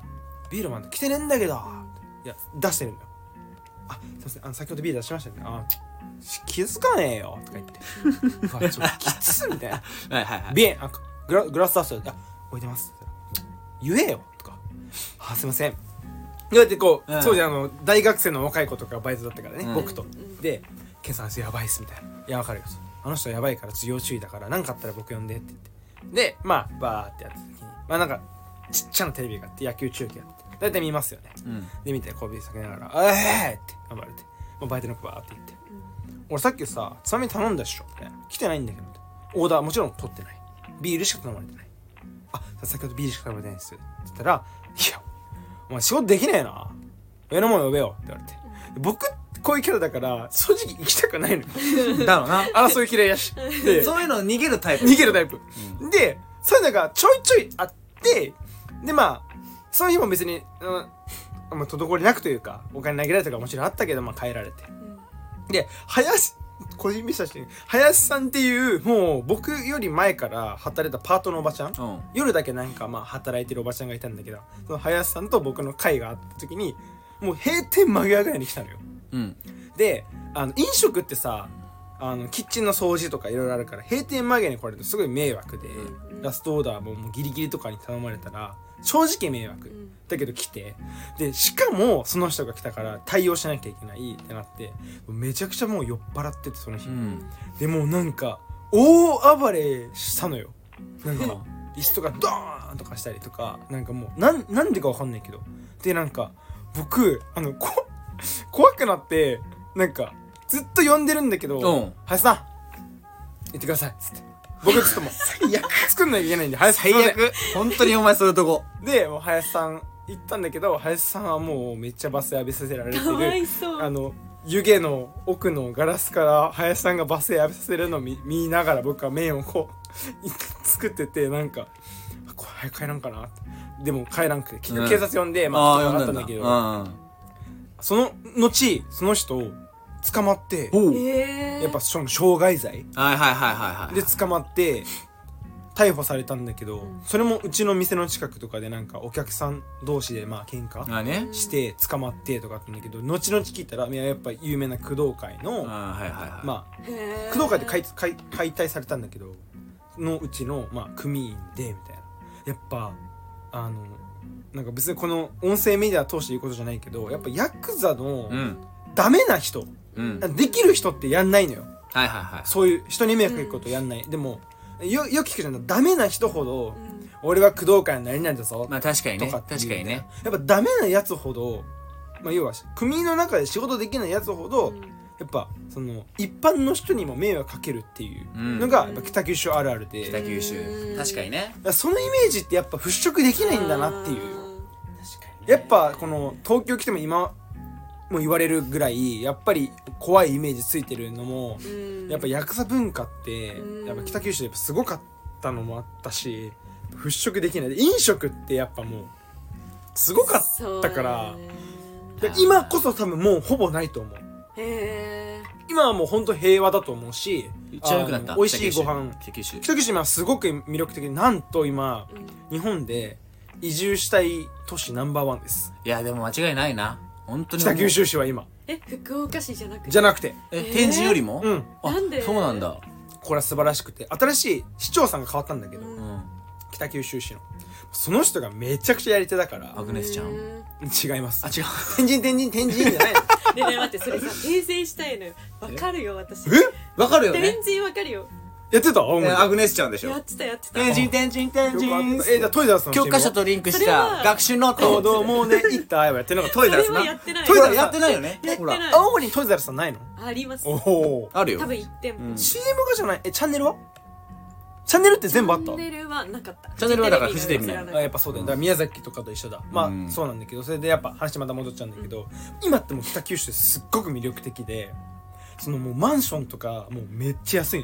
「ビールマン来てねえんだけど」いや出してるんだよ。あすいません、あの先ほどビール出しましたね。あ気づかねえよとか言ってうわちょっときつみたいなはいはいはい。 ビールあグラグラス出してあ置いてます言えよとかあすいませんどうやってこう、 うん、 そうじゃあの大学生の若い子とかバイトだったからね、うん、僕と、 うん、 でケンさんやばいっすみたいな、いやわかるよあの人やばいから授業注意だから何かあったら僕呼んでって言ってでまあバーってやった時にまあなんかちっちゃなテレビがあって野球中継やって大体見ますよね、うん、で見てこうビール避けながら「えー!」って頑張れてもうバイトの子バーって言って、うん、俺さっきさつまみ頼んだっしょみたいな来てないんだけどオーダーもちろん取ってないビールしか頼まれてない、あ先ほどビールしか頼まれてないんですって言ったらいやお前仕事できねえな上のもの呼べよって言われて、僕こういうキャラだから正直行きたくないのだろうな争い嫌いやしでそういうの逃げるタイプ逃げるタイプ、うん、でそういうのがちょいちょいあってでまあその日も別に、うんまあ、滞りなくというかお金投げられたかもちろんあったけど、まあ、帰られて、うん、で林個人見せたし林さんっていうもう僕より前から働いたパートのおばちゃん、うん、夜だけなんかまあ働いてるおばちゃんがいたんだけど、その林さんと僕の会があった時にもう閉店間際ぐらいに来たのよ、うん、であの飲食ってさあのキッチンの掃除とかいろいろあるから閉店間際に来られるとすごい迷惑で、うん、ラストオーダーももうギリギリとかに頼まれたら正直迷惑、うん、だけど来てでしかもその人が来たから対応しなきゃいけないってなってめちゃくちゃもう酔っ払っててその日、うん、でもうなんか大暴れしたのよ、なんか椅子とかドーンとかしたりとかなんかもうなんなんでかわかんないけどでなんか僕あのこ怖くなってなんかずっと呼んでるんだけど「林さん行ってください」っつって僕ちょっともう最悪作んなきゃいけないんで林さん最悪本当にお前そういうとこでもう林さん行ったんだけど林さんはもうめっちゃバス浴びさせられてるかわいそうあの湯気の奥のガラスから林さんがバス浴びさせるのを 見, 見ながら僕は麺をこう作っててなんかこれ早く帰らんかなってでも帰らんくて結局警察呼んで、うん、まああったんだけどその後その人捕まってやっぱその傷害罪はいはいはいはいはいで捕まって逮捕されたんだけど、うん、それもうちの店の近くとかでなんかお客さん同士でまあ喧嘩して捕まってとかあったんだけど後々聞いたらいややっぱ有名な工藤会のまあ工藤会って解解解体されたんだけどのうちのまあ組員でみたいなやっぱあのなんか別にこの音声メディア通して言うことじゃないけどやっぱヤクザのダメな人、うん、できる人ってやんないのよ、 はいはいはい、 そういう人に迷惑かけることやんない、うん、でもよ, よく聞くじゃんダメな人ほど、うん、俺は工藤会の何々だぞまあ確かにねとか確かにねやっぱダメなやつほど、まあ、要は組の中で仕事できないやつほど、うん、やっぱその一般の人にも迷惑かけるっていうのが、うん、やっぱ北九州あるあるで北九州確かにねそのイメージってやっぱ払拭できないんだなっていう確かに、ね、やっぱこの東京来ても今も言われるぐらいやっぱり怖いイメージついてるのもやっぱヤクザ文化ってやっぱ北九州でやっぱすごかったのもあったし払拭できない飲食ってやっぱもうすごかったから今こそ多分もうほぼないと思うへ今はもうほんと平和だと思うしめっちゃ良くなった美味しいご飯北九州北九州今すごく魅力的でなんと今、うん、日本で移住したい都市ナンバーワンです。 いやでも間違いないな本当に北九州市は今え福岡市じゃなくてじゃなくてえ天神よりも、 うん、 なんでそうなんだこれは素晴らしくて新しい市長さんが変わったんだけど、うん、北九州市のその人がめちゃくちゃやり手だからアグネスちゃん違いますあ違う天神天神天神じゃないのねえねえ待ってそれさ訂正したいのよわかるよ私えわかるよね天神わかるよやってたアグネスちゃんでしょやってたやってた天神天神天神えじゃあトイザらスの教科書とリンクした学習ノート子供で行った愛はやってるのがトイザらスなやってないトイザらスやってないよねほら青森にトイザらスないのありますおおあるよ多分行ってもシーエム がじゃないえチャンネルはチャンネルって全部あったチャンネルはなかったチャンネルはだからフジテレビあやっぱそうだよだから宮崎とかと一緒だまあ、うん、そうなんだけどそれでやっぱ話また戻っちゃうんだけど、うん、今ってもう北九州すっごく魅力的でそのもうマンションとかもうめっちゃ安いの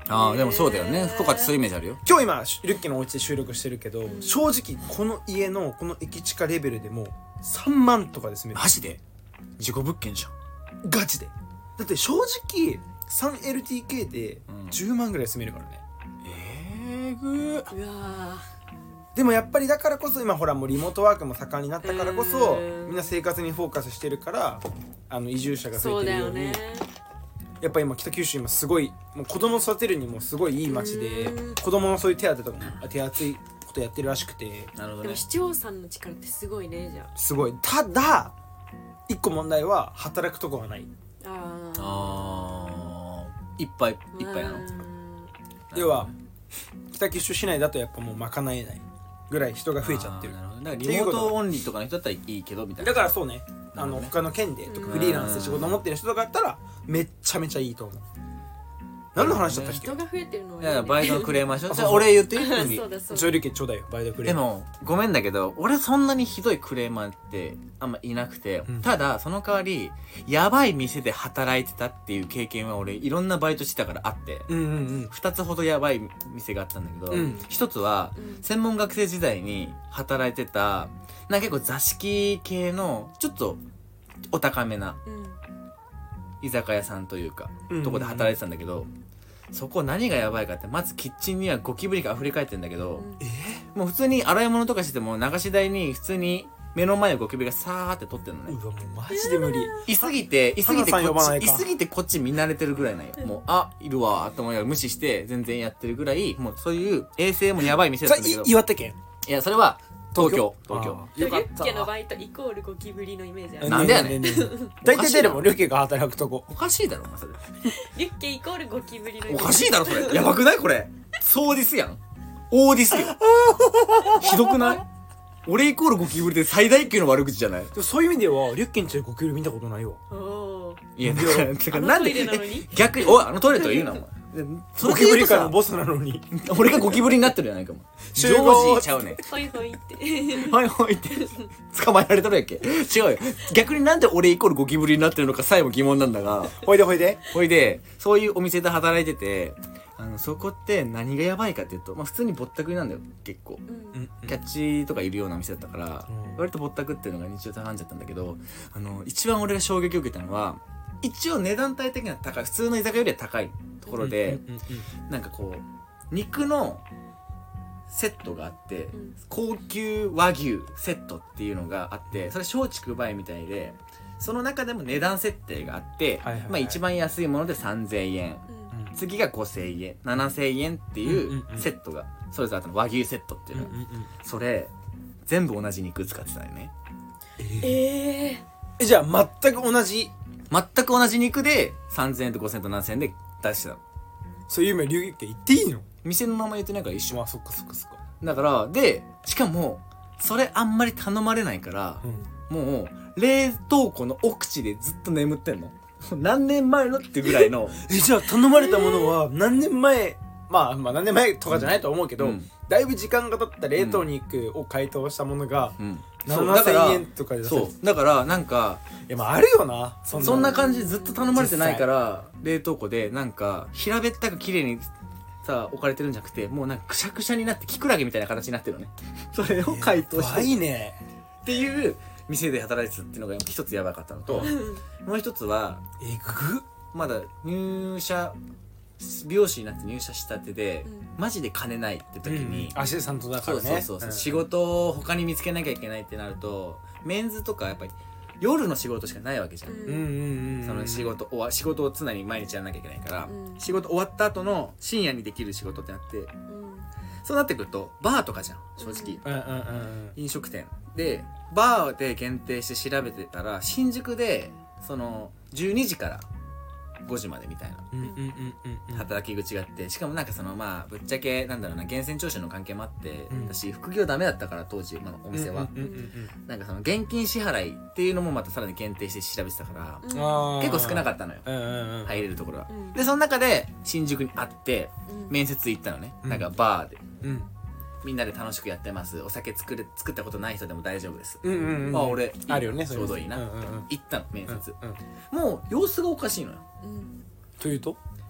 ああでもそうだよね、福岡ってそういうイメージあるよ。 今日今リュッケのお家で収録してるけど、 うん、 正直この家のこの駅地下レベルでもさんまんとかで住める。 マジで事故物件じゃん。 ガチで。だって正直 スリーエルティーケー でじゅうまんぐらい住めるからね、 うん、えーぐー。 うわでもやっぱりだからこそ今ほらもうリモートワークも盛んになったからこそうんみんな生活にフォーカスしてるからあの移住者が増そうえてるように、 だよね。 やっぱ今北九州今すごいもう子供育てるにもすごいいい町でうん子供のそういう手当とかも手厚いことやってるらしくてなるほどね。 でも市長さんの力ってすごいね。じゃすごい。ただ一個問題は働くとこがない。 あああーいっぱいいっぱいなの。 要は北九州市内だとやっぱもう賄えないぐらい人が増えちゃってる。 あーなるほど。だからリモートオンリーとかの人だったらいいけどみたいな。 だからそうね、あのなるほどね他の県でとかうんフリーランスで仕事持ってる人とかだったらめっちゃめちゃいいと思う。何の話だったっけ？ 人が増えてるのはいいいね。 やバイトのクレーマーしょ。 あじゃあ俺言っていい？ そうだそうだ。 ちょいりけちょうだいよバイトくれ。 でもごめんだけど俺そんなにひどいクレーマーってあんまいなくて、 うんただその代わりやばい店で働いてたっていう経験は俺いろんなバイトしてたからあって、 うんうんうんふたつほどやばい店があったんだけど、 うんひとつはうん専門学生時代に働いてたなんか結構座敷系のちょっとお高めなうん居酒屋さんというか、 うんうんうんとこで働いてたんだけど、そこ何がやばいかってまずキッチンにはゴキブリが溢れ返ってんだけど、 えもう普通に洗い物とかしてても流し台に普通に目の前をゴキブリがさーって取ってんのね。 うわもうマジで無理。 いすぎていすぎてこ花さん呼ばないかっちいすぎてこっち見慣れてるぐらいなんよ。もうあいるわーと思いながら無視して全然やってるぐらいもうそういう衛生もやばい店ださったんだけど、 い岩手県いやそれは東京東京あーリュよかったッケのバイトイコールゴキブリのイメージある。 なんでやねんねえねえねえ大体出るもんリュッケが働くとこ。 おかしいだろお前それ。 リュッケイコールゴキブリのイメージ。 おかしいだろそれ。やばくないこれ。そうディスやん。大ディスよ。ひどくない？俺イコールゴキブリで最大級の悪口じゃない？ でもそういう意味ではリュッケんちでゴキブリ見たことないわ。 おお。 いやだからだかあのらなんでトイレなのにえ逆においあのトイレとは言うなお前。そゴれで言うとさキブリ界のボスなのに。 俺がゴキブリになってるやないかも。ジョ集合ージちゃうねん。 ほいほいって。 はいはいって捕まえられとるやっけ。違うよ。逆になんで俺イコールゴキブリになってるのかさえも疑問なんだが。 ほいでほいで。 ほいでそういうお店で働いてて、あのそこって何がやばいかっていうと、まあ普通にぼったくりなんだよ結構。 うんキャッチとかいるような店だったから、 うん割とぼったくっていうのが日常茶飯事だったんだけど、あの一番俺が衝撃を受けたのは一応値段帯的には高い、普通の居酒屋よりは高いところで、 うんうんうんなんかこう肉のセットがあって、 うん高級和牛セットっていうのがあって、それ松竹梅みたいでその中でも値段設定があって、 はいはいはいまあ一番安いものでさんぜんえん、 うん次がごせんえん、ななせんえんっていんうんううんセットがそれぞれあったの。和牛セットっていうのが、 うんうんうんそれ全部同じ肉使ってたよね。 ええ。 えじゃあ全く同じ全く同じ肉でさんぜんえんとごせんえんとななせんえんで出してたの。 そういう意味で龍家言っていいの？ 店の名前言ってないから一緒。 まあそっかそっかそっか。 だからでしかもそれあんまり頼まれないから、もう冷凍庫の奥地でずっと眠ってんの。何年前のってぐらいのえじゃあ頼まれたものは何年前まあまあ何年前とかじゃないと思うけど、 うんだいぶ時間が経った冷凍肉を解凍したものがうんそうななせんえんとかで出せる。 そうだからなんかいやまああるよなそそんな感じでずっと頼まれてないから冷凍庫でなんか平べったく綺麗にさ置かれてるんじゃなくて、もうなんかくしゃくしゃになってキクラゲみたいな形になってるのね。それを解凍していいね。 っていう店で働いてたっていうのが一つやばかったのと、もう一つはえぐっ。 まだ入社美容師になって入社したてで、 うんマジで金ないって時に、 アシスタントだかそうらね。 そうそうそう、 ん仕事を他に見つけなきゃいけないってなるとメンズとかやっぱり夜の仕事しかないわけじゃん、 うんうんうんうん。 その仕事終わ仕事を常に毎日やらなきゃいけないから、 うん仕事終わった後の深夜にできる仕事ってなって、 うんそうなってくるとバーとかじゃん正直、 うんうんうんうん。 飲食店でバーで限定して調べてたら新宿でそのじゅうにじからごじまでみたいなうんうんうんうん。 働き口があって、しかもなんかそのまあぶっちゃけなんだろうな源泉徴収の関係もあって、 うん私副業ダメだったから当時、まあ、お店は、 うんうんうんなんかその現金支払いっていうのもまたさらに限定して調べてたから、 うんうん。 結構少なかっったのよ、 た。うんうんうん。 入れるところは、 うんでその中で新宿にあってうん面接行ったのね、 うんなんかバーでうんみんなで楽しくやってます、お酒作る作ったことない人でも大丈夫です、 うんうんうん。 あ俺あるよね。 ちょうどいいな、 うんうんうん。 行ったの面接、 うんうん。 もう様子がおかしいのよ。 うんというと？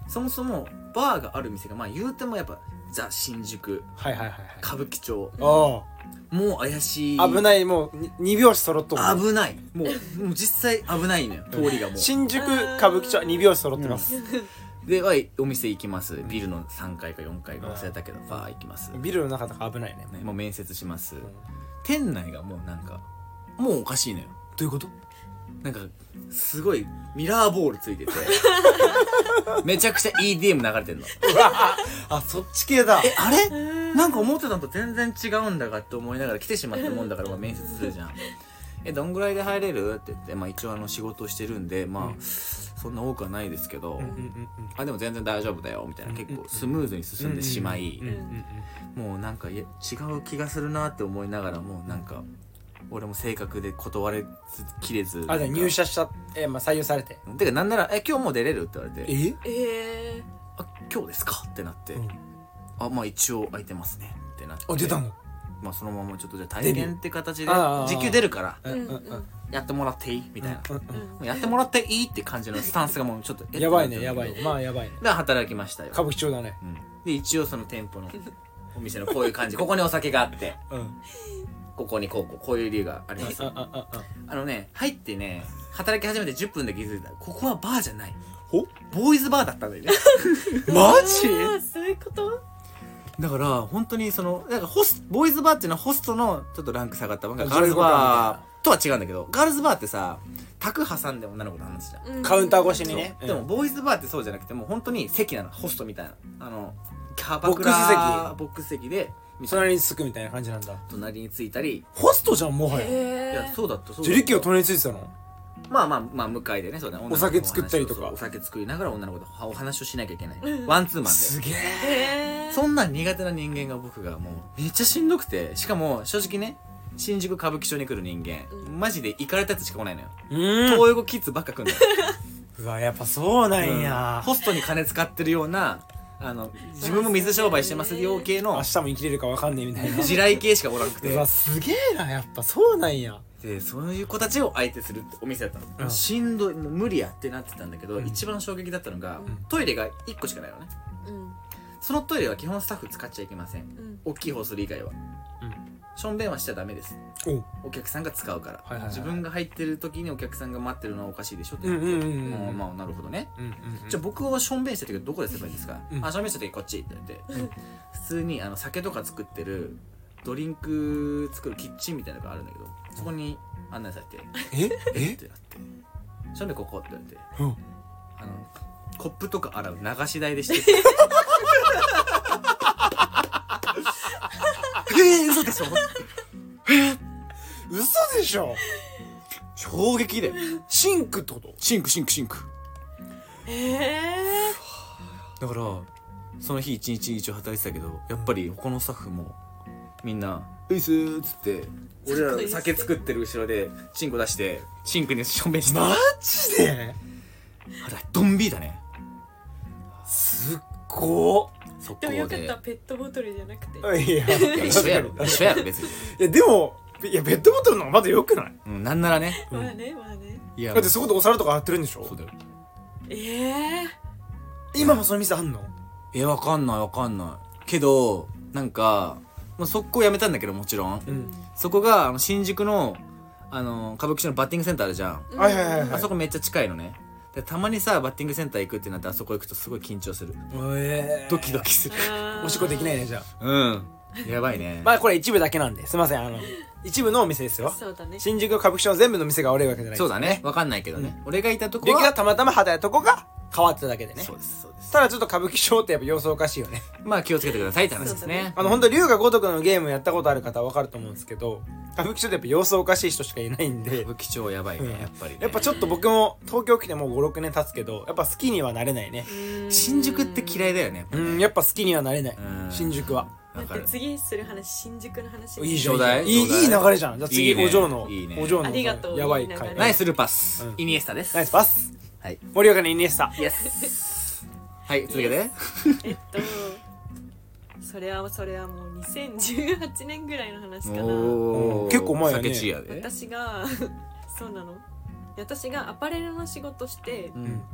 そもそもバーがある店がまあ言うてもやっぱザ新宿、 はいはいはいはい歌舞伎町、 あもう怪しい、 あ危ないもうに拍子揃っとる危ないもうもう実際危ないのよ通りがもう新宿歌舞伎町に拍子揃ってます、 ではいお店行きます、ビルのさんがいかよんかいか忘れたけどバー行きます、 ビルの中とか危ないねね、もう面接します、店内がもうなんかもうおかしいのよ。 どういうこと？ なんかすごいミラーボールついててめちゃくちゃ イーディーエム 流れてんの。 あ、そっち系だ。 え、あれなんか思ってたのと全然違うんだがって思いながら来てしまったもんだからまあ面接するじゃん。え、どんぐらいで入れるって言って、まあ一応あの仕事をしてるんで、まあ、うん、そんな多くはないですけど、うんうんうん、あ、でも全然大丈夫だよみたいな、結構スムーズに進んでしまい、もうなんかいや違う気がするなって思いながらもなんか俺も性格で断れずきれず、 あ、じゃあ入社した、えー、まあ採用されて、 てかなんならえ今日もう出れるって言われて、 ええー、 あ今日ですかってなって、うん、あまあ一応空いてますねってなって、 あ出たの、 まあそのままちょっとじゃあ体験って形で時給出るからやってもらっていいみたいな、うんうんうん、やってもらっていいって感じのスタンスがもうちょっとやばいねやばいね、まあやばいね。 で働きましたよ。 歌舞伎町だね、 うん、で一応その店舗のお店のこういう感じここにお酒があって、うん、ここにこうこうこういう理由があります。あ, あ, あ, あ, あのね入ってね働き始めてじゅっぷんで気づいたらここはバーじゃない、 ほボーイズバーだったんだよね。 マジ？ そういうこと？ だから本当にそのなんかホスボーイズバーっていうのはホストのちょっとランク下がったガールズバーとは違うんだけど、ガールズバーってさ卓挟んで女の子と話すじゃん、うん、 カウンター越しにね、 うん、でもボーイズバーってそうじゃなくてもう本当に席なの、ホストみたいなあのキャバクラボックス席で隣につくみたいな感じなんだ。 隣についたりホストじゃんもはや。 いやそうだったそうだった。 ジュリッキーは隣についてたの？ まあまあまあ向かいでね、そうだね、 お酒作ったりとかお酒作りながら女の子とお話をしなきゃいけない、うん、ワンツーマンで。 すげえ。そんな苦手な人間が僕がもうめっちゃしんどくて、しかも正直ね新宿歌舞伎町に来る人間、うん、マジで行かれたやつしか来ないのよ。東横キッズばっか来んのよ。 うわやっぱそうなんや、 うん、ホストに金使ってるようなあの自分も水商売してますよ系の明日も生きれるか分かんねえみたいな地雷系しかおらなくて、 うわすげえな、やっぱそうなんや。 でそういう子たちを相手するってお店だったの、うん、しんどいもう無理やってなってたんだけど、うん、一番衝撃だったのが、うん、トイレがいっこしかないのね、うん、そのトイレは基本スタッフ使っちゃいけません、うん、大きいホスト以外は、うん、しょんべんはしちゃダメです、お客さんが使うから、はいはいはい、自分が入ってる時にお客さんが待ってるのはおかしいでしょって言って、まあなるほどね、うんうんうん、じゃあ僕はしょんべんした時どこですればいいんですか、うん、あしょんべんした時こっちって言って、うん、普通にあの酒とか作ってるドリンク作るキッチンみたいなのがあるんだけど、そこに案内されてええってなってしょんべんここって言われて、うん、あのコップとか洗う流し台でしてえー、嘘でしょえー、嘘でしょ。 衝撃でシンクってこと？ シンクシンクシンクええー、だからその日一日一応働いてたけど、やっぱり他のスタッフもみんな「ういっすー」っつって俺ら酒作ってる後ろでチンコ出してシンクにしょんべんして。 マジで？ あれドンビーだね。 すっごー。でもよかったペットボトルじゃなくて。 いやいや一緒やろ一緒やろ別に。 いやでもいやペットボトルの方がまだ良くない？ うん、なんならね。 まあねまあね。 いやだってそこでお皿とか洗ってるんでしょ？ そうだよ。 ええー。 今もその店あんの？ えわかんないわかんないけどなんかもう速攻やめたんだけどもちろん、うん、そこがあの新宿のあの歌舞伎町のバッティングセンターあるじゃん、 はいはいはいはい、 あそこめっちゃ近いのね。でたまにさバッティングセンター行くってなってあそこ行くとすごい緊張する、 えー、 ドキドキする。 おしっこできないねじゃあ。 うんやばいね。 まあこれ一部だけなんですいません、あの一部のお店ですよ。 そうだね、 新宿歌舞伎町の全部の店が悪いわけじゃないです。 そうだねわかんないけどね、うん、俺がいたとこは僕がたまたま肌やとこが変わってただけでね。 そうですそうです。 ただちょっと歌舞伎町ってやっぱ様子おかしいよね。 まあ気をつけてくださいって話ですね。 あの本当龍が如くのゲームやったことある方は分かると思うんですけど、歌舞伎町ってやっぱ様子おかしい人しかいないんで。 歌舞伎町やばいね、うん、やっぱりね。 やっぱちょっと僕も東京来てもうごろくねん経つけどやっぱ好きにはなれないね。 新宿って嫌いだよね。 うん、やっぱ好きにはなれない。新宿は。 だって次する話新宿の話。 いいじゃん。いいいい流れじゃん。じゃあ次お嬢のお嬢のやばい回。 ナイスルパス、イニエスタです。 ナイスパス。 はい。 盛岡のイニエスタ。 イエス。はい続けて。 えっとそれはそれはもうにせんじゅうはちねんぐらいの話かな。 結構前やね。 私がそうなの。私がアパレルの仕事して、うん、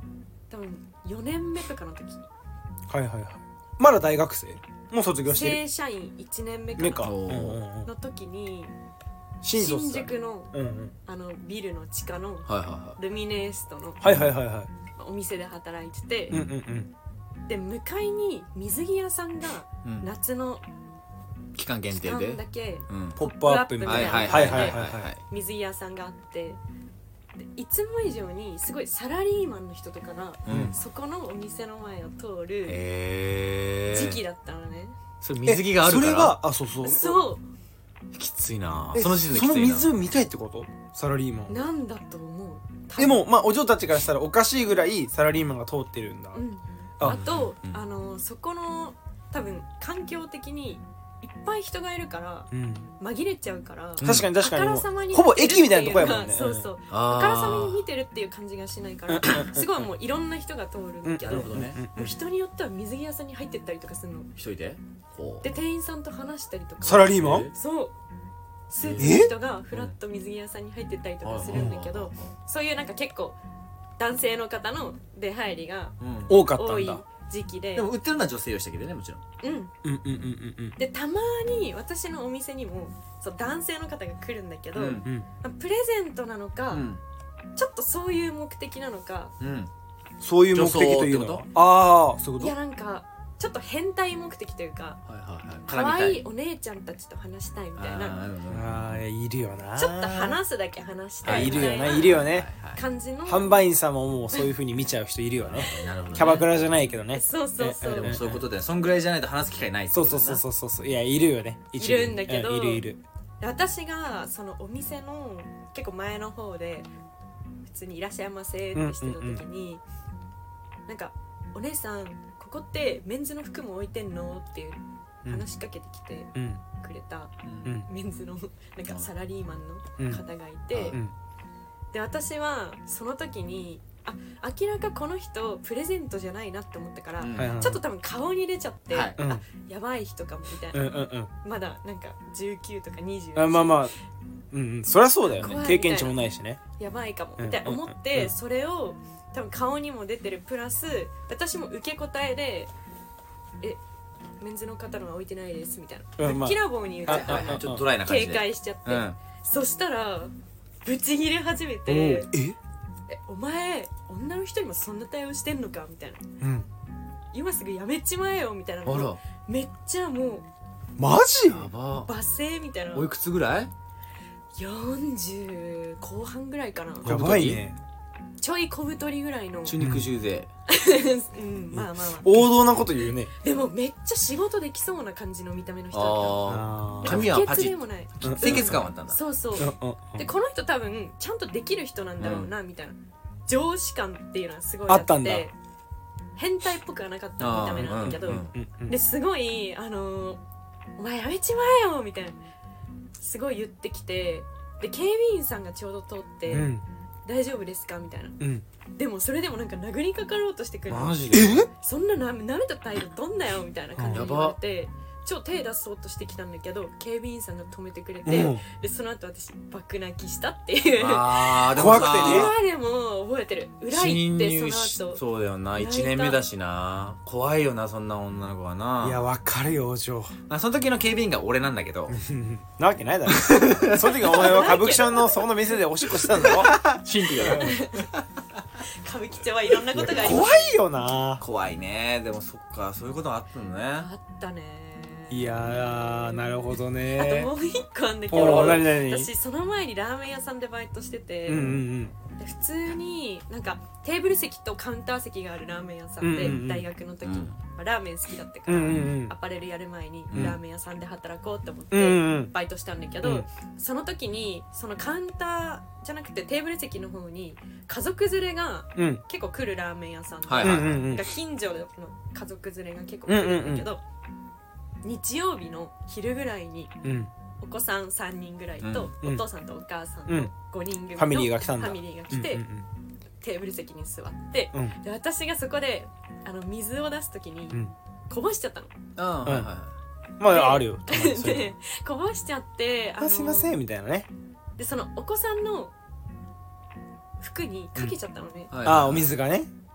多分よねんめとかの時、 はいはいはい。まだ大学生？もう卒業してる？ 正社員いちねんめかな目か。 おーうんうんうんの時に新卒新宿のうんうん。 あのビルの地下のはいはいはルミネエストのはいはいはいはい。 お店で働いてて、 うんうんうん。 で向かいに水着屋さんがい、うん、 夏の期間限期定で間だけうんポップアップみたはいいな。 はいはいはいはいはいはい水着屋さんがあってでいつも以上にすごいサラリーマンの人とかがうんそこのお店の前を通るへえ時期だったのね。 それ水着があるからそれがあそうそうそうきついなえその時点できついなその湖見たいってことサラリーマンなんだと思う。 でもまあお嬢たちからしたらおかしいぐらいサラリーマンが通ってるんだ、 うんああと、 うんあのそこの多分環境的にいっぱい人がいるからうん、 紛れちゃうから、 確かに確かにもうあからさまにほぼ駅みたいなとこやもんねそうそうあーあからさまに見てるっていう感じがしないからすごいもういろんな人が通るんだけど、 なるほどねもう人によっては水着屋さんに入ってったりとかするの一人でほうで店員さんと話したりとかサラリーマンそうスーツの人がフラッと水着屋さんに入ってったりとかするんだけどそういうなんか結構男性の方の出入りがうん多かった多いんだ時期ででも売ってるのは女性用したけどねもちろんうんうんうんうんうんうんでたまに私のお店にもそう男性の方が来るんだけど、 うんうんプレゼントなのか、 うんちょっとそういう目的なのかうんそういう目的というの女装ってはああそういういやことなんかちょっと変態目的というかはいはいはい可愛い絡お姉ちゃんたちと話したいみたいなみたいなああいるよなちょっと話すだけ話したいいるよなみたいないるよね感じの販売員さんももうそういう風に見ちゃう人いるよねなるほどねキャバクラじゃないけどねそうそうそうでもそういうことでそんぐらいじゃないと話す機会ないってそうことだなそうそうそうそういやいるよね一部いるんだけどういるいるで私がそのお店の結構前の方で普通にいらっしゃいませってしてた時に、なんかお姉さんここってメンズの服も置いてんのっていう話しかけてきてうんくれたうんうんメンズのなんかサラリーマンの方がいて、 うんで私はその時にあ明らかこの人プレゼントじゃないなって思ったから、 うんはいはいちょっと多分顔に出ちゃって、 はいうんあやばい人かもみたいな、 うんうんうんまだなんかじゅうきゅうとかにじゅうあまあまあうんうんそりゃそうだよね怖い経験値もないしねやばいかもうんみたいな思っうんうてんそれを多分顔にも出てるプラス私も受け答えでえメンズの方のは置いてないですみたいな、 うんまあぶっきらぼうに言っちゃったああちょっとドライな感じ警で戒しちゃって、 うんそしたらブチギレ始めおてーええお前女の人にもそんな対応してんのかみたいなうん今すぐやめちまえよみたいなあらめっちゃもうマジやば罵声みたいなおいくつぐらいよんじゅう後半ぐらいかなやばいねちょい小太りぐらいの中肉重税うんまあまあまあ王道なこと言うねでもめっちゃ仕事できそうな感じの見た目の人だっああたー髪はパチッでもないうん清潔感はあったんだそうそううんうんうんでこの人多分ちゃんとできる人なんだろうなみたいな上司感っていうのはすごいあってあったんだ変態っぽくはなかった見た目なんだけど、 あーうんうんうんですごいあのーお前やめちまえよみたいなすごい言ってきてで警備員さんがちょうど通って、 うん大丈夫ですかみたいなうんでもそれでもなんか殴りかかろうとしてくるのマジでそんなな舐めた態度どんだよみたいな感じで言われて超手出そうとしてきたんだけど警備員さんが止めてくれて、 うんでその後私爆泣きしたっていうあーでも怖くてね今でも覚えてる裏行侵って入しその後そうだよな泣いたいちねんめだしな怖いよなそんな女の子はないやわかるよお嬢まあその時の警備員が俺なんだけどなわけないだろその時お前は歌舞伎町のそこの店でおしっこしたんだろ新規だよ歌舞伎町はいろんなことがありま怖すいよな怖いねでもそっかそういうことがあったのねあったねいやーなるほどあとねもう一個あんだけおどお何何私その前にラーメン屋さんでバイトしてて、 うんうんで普通になんかテーブル席とカウンター席があるラーメン屋さんで、 うんうんうん大学の時に、 うんまあ、ラーメン好きだったから、 うんうんうんアパレルやる前にうんラーメン屋さんで働こうって思っうんうてんうんバイトしたんだけど、 うんその時にそのカウンターじゃなくてテーブル席の方に家族連れがうん結構来るラーメン屋さんで、 はいうんうんうんが近所の家族連れが結構来るんだけど、日曜日の昼ぐらいにうんお子さんさんにんぐらいと、 うんお父さんとお母さんうんのごにん組のファミリーが来たんだファミリーが来て、 うんテーブル席に座って、 うんで私がそこであの水を出す時にうんこぼしちゃったの。 あーはいはまああるよたまにそういうでこぼしちゃってのあすいませんみたいなねでそのお子さんの服にかけちゃったのね、 いはいあお水がね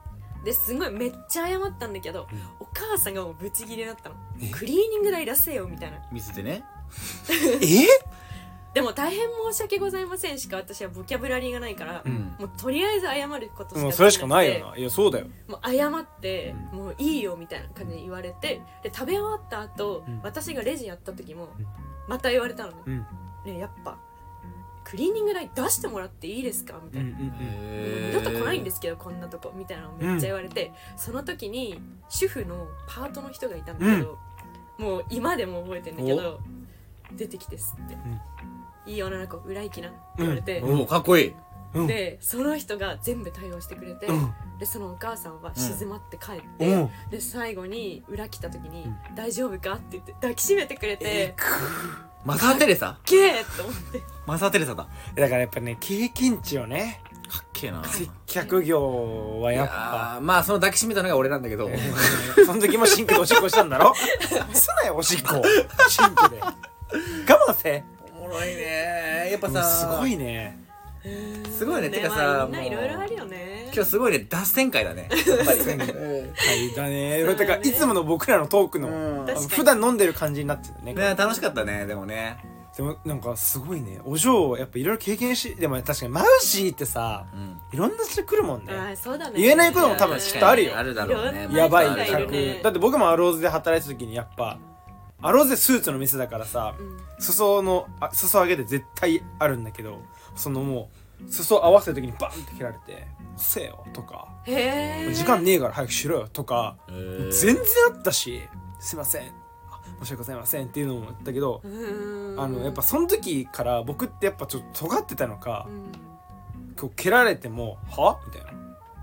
ですごいめっちゃ謝ったんだけど、 うんお母さんがもうブチギレだったの。 えクリーニング代出せよみたいな。 水でね。 えでも大変申し訳ございませんしか私はボキャブラリーがないから、 うんもうとりあえず謝ることしかできなくて、 もうそれしかないよな。いやそうだよ。 もう謝って、もういいよみたいな感じで言われて、で食べ終わった後、 うん私がレジやった時もうんまた言われたのね、 うんねえやっぱクリーニング代出してもらっていいですかみたいな、もう二度と来ないんですけどこんなとこみたいなのをめっちゃ言われて、その時に主婦のパートの人がいたんだけど、もう今でも覚えてんだけど出てきてすって、いい女の子裏行きなって言われて、 おおかっこいい。 うんでその人が全部対応してくれて、 うんでそのお母さんは静まって帰って、 うんで最後に裏来た時にうん 「大丈夫か?」って言って抱きしめてくれて、 マザー・テレサゲーって思ってマザー・テレサだ。かだからやっぱね経験値をねっけえな。 接客業はやっぱあーまあその抱きしめたのが俺なんだけど。 その時もシンクでおしっこしたんだろすなよおしっこシンクで我慢せおもろいね。やっぱもうさすごいねすごいね。てかまあさみんないろいろあるよね。 今日すごいね脱線会だね。やっぱり。 はいだねだからいつもの僕らのトークのうん確かに普段飲んでる感じになってるねね楽しかったねでもね。 でもなんかすごいねお嬢やっぱいろいろ経験しでも確かにマウシーってさうんいろんな人来るもんねあーそうだね。 言えないことも多分きっとあるよあるだろうね。 やばい人がいるね客だって僕もアローズで働いた時にやっぱアローズでスーツの店だからさうん裾のあ裾上げて絶対あるんだけどそのもう裾合わせる時にバンって切られて「せえよ」とかへえ。 「時間ねえから早くしろよ」とかへー全然あったし「すいませんあ申し訳ございません」っていうのも言ったけどうーんあのやっぱその時から僕ってやっぱちょっと尖ってたのかうんこう蹴られても「は?」みたいな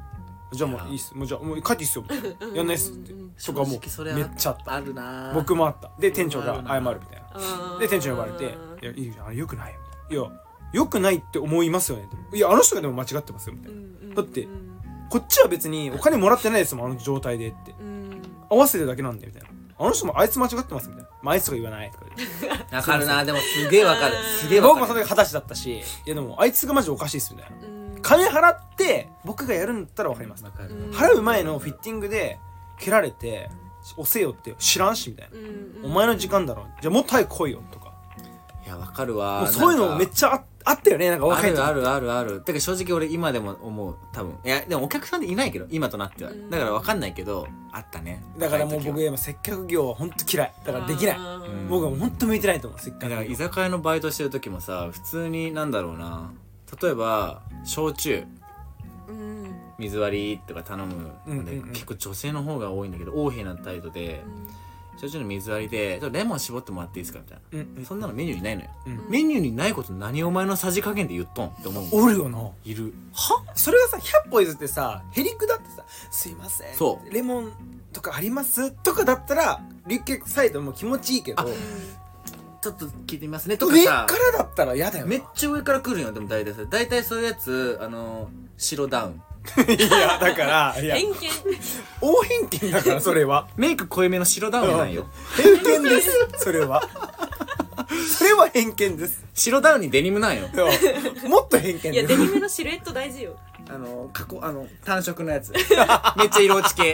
「じゃあもういいっすもうじゃあもう帰っていいっすよ」みたいな「やんないっす」ってとかもう正直それはめっちゃあったあるな。 僕もあったで店長が謝あるなるみたいなあーで店長に呼ばれて「いやいいじゃんあれよくないよ」いやよくないって思いますよねいやあの人がでも間違ってますよみたいなだってうんこっちは別にお金もらってないですもんあの状態でってうん合わせてるだけなんでみたいなあの人もあいつ間違ってますみたいな、まあ、あいつとか言わないとか言ってわかるな。でもすげえわかる。すげえわかる。 僕もその時二十歳だったしいやでもあいつがマジおかしいっすみたいなうん金払って僕がやるんだったら分かりますわかる。 うん払う前のフィッティングで蹴られて押せよって知らんしみたいなうんお前の時間だろじゃあもっと早く来いよとかいやわかるわ。 もうそういうのめっちゃああったよねなんかあ若い時るあるあるある。てか正直俺今でも思う多分いやでもお客さんでいないけど今となってはうんだからわかんないけどあったね。 だからもう若い時は僕今接客業は本当嫌いだからできないうん僕はもう本当向いてないと思う接客業だから居酒屋のバイトしてる時もさ普通になんだろうな例えば焼酎うん水割りとか頼むので、 うんうんうん結構女性の方が多いんだけど横柄な態度で焼酎の水割りでちょっとレモン絞ってもらっていいですかみたいな、 うんうんそんなのメニューにないのよ、 うんメニューにないこと何お前のさじ加減で言っとんって思うおるよないるはそれがさひゃっぽ譲ってさへりくだってさ「すいませんそうレモンとかあります?」とかだったら立脚サイドも気持ちいいけどちょっと聞いてみますねとか上かさらだったら嫌だよなめっちゃ上から来るんよでも大体さ大体そういうやつあの白ダウンいやだからいや偏見大偏見だからそれはメイク濃いめの白ダウンなんよ偏見ですそれはそれは偏見です白ダウンにデニムなんよいやもっと偏見いやデですニムのシルエット大事よあの加工あの単色のやつめっちゃ色落ち系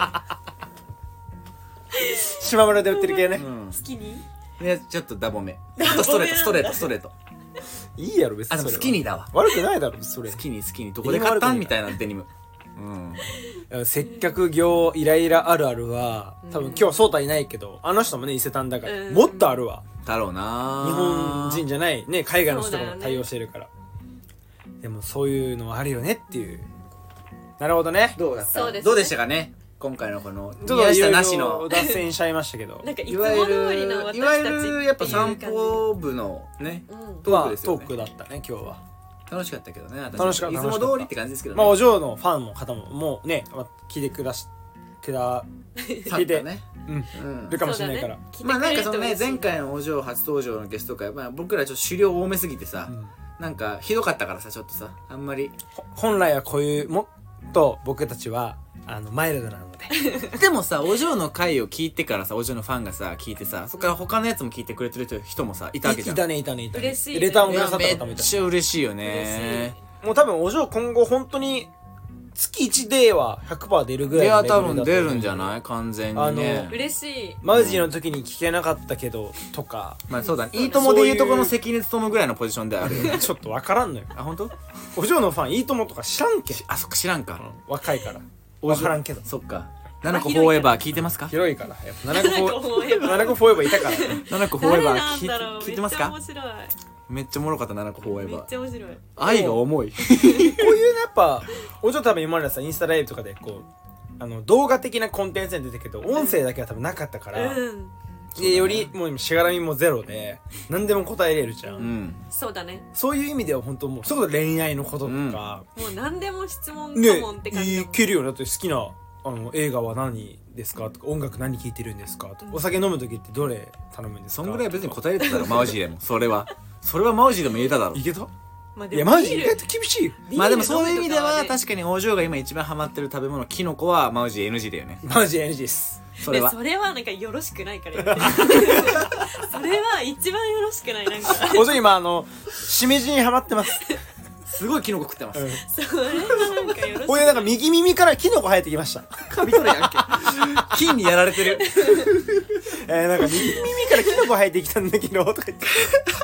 島村で売ってる系ねうん好きにでちょっとダボめちょっとストレートストレートストレートいいやろ別にそれはあでもスキニーだわ悪くないだろそれスキニースキニーどこで買ったんみたいなデニムうん接客業イライラあるあるは多分今日颯太いないけどあの人もね伊勢丹だからうんもっとあるわだろうな日本人じゃないね海外の人そうだよねが対応してるからでもそういうのはあるよねっていうなるほどねどうだったそうですねどうでしたかね今回のこのちょっと宮下いろいろなしの脱線しちゃいましたけどなんかいついわゆも通りのる私いわゆたちっていうるやっぱ散感じ歩部のねうんトまあークですよねトークだったね今日は楽しかったけどね私楽しかったいつも通りって感じですけどねまあお嬢のファンの方ももうねまあ聞いてくだしくだ聞いてねうんうんるかもしれないからそうだねまあなんかそのね聞いてくれると嬉しい前回のお嬢初登場のゲスト会まあ僕らちょっと狩猟多めすぎてさうんなんかひどかったからさちょっとさあんまりほ本来はこういうもっと僕たちはあのマイルドなのででもさお嬢の回を聞いてからさお嬢のファンがさ聞いてさそっから他のやつも聞いてくれてる人もさいたわけじゃんいたねいたねいたね嬉しいねレターをくださっいやめた方もいたっちゃ嬉しいよねもう多分お嬢今後本当に月いちデーは ひゃくパーセント 出るぐらいでは多のレベルだと思う分出るんじゃない完全にねあの嬉しい。 マウジの時に聞けなかったけどとかまあそうだねそうだねいいともでいうとこの関根勤ぐらいのポジションであるよねちょっと分からんのよあ本当？ お嬢のファンいいともとか知らんけあそっか知らんか若いから分からんけどそっかななこフォーエバー聞いてますか広いからやっぱななこフォななこフォーエバーななこフォーエバーいたからななこフォーエバー誰なん聞いてだろう。 聞いてますかめっちゃ面白い。 めっちゃおもろかったななこフォーエめっバーちゃ面白い。 愛が重いこういうねやっぱお嬢多分今までさインスタライブとかでこうあの動画的なコンテンツに出てるけど音声だけは多分なかったから、 うん。 でよりもう今しがらみもゼロで何でも答えれるじゃん、 うんそうだね。 そういう意味では本当もうそれこそ恋愛のこととか、 もう何でも質問ねかもんって感じだいもん。 けるよだって好きなあの映画は何ですかとか音楽何聴いてるんですかとか、お酒飲む時ってどれ頼むんですかそんぐらい別に答えれてたらマウジでもそれはそれはマウジでも言えただろいけたまあいやマジビール意外と厳しいよビールまあでもそういう意味では飲むとかね確かにお嬢が今一番ハマってる食べ物キノコはマウジ エヌジー だよねマジ エヌジー ですそれはでそれはなんかよろしくないから言ってるそれは一番よろしくないなんかお嬢今あのしめじにハマってますすごいキノコ食ってますそれはなんかよろしくこれなんか右耳からキノコ生えてきましたカビ取れやんけ金にやられてるえー、なんか右耳からキノコ生えてきたんだけどとか言って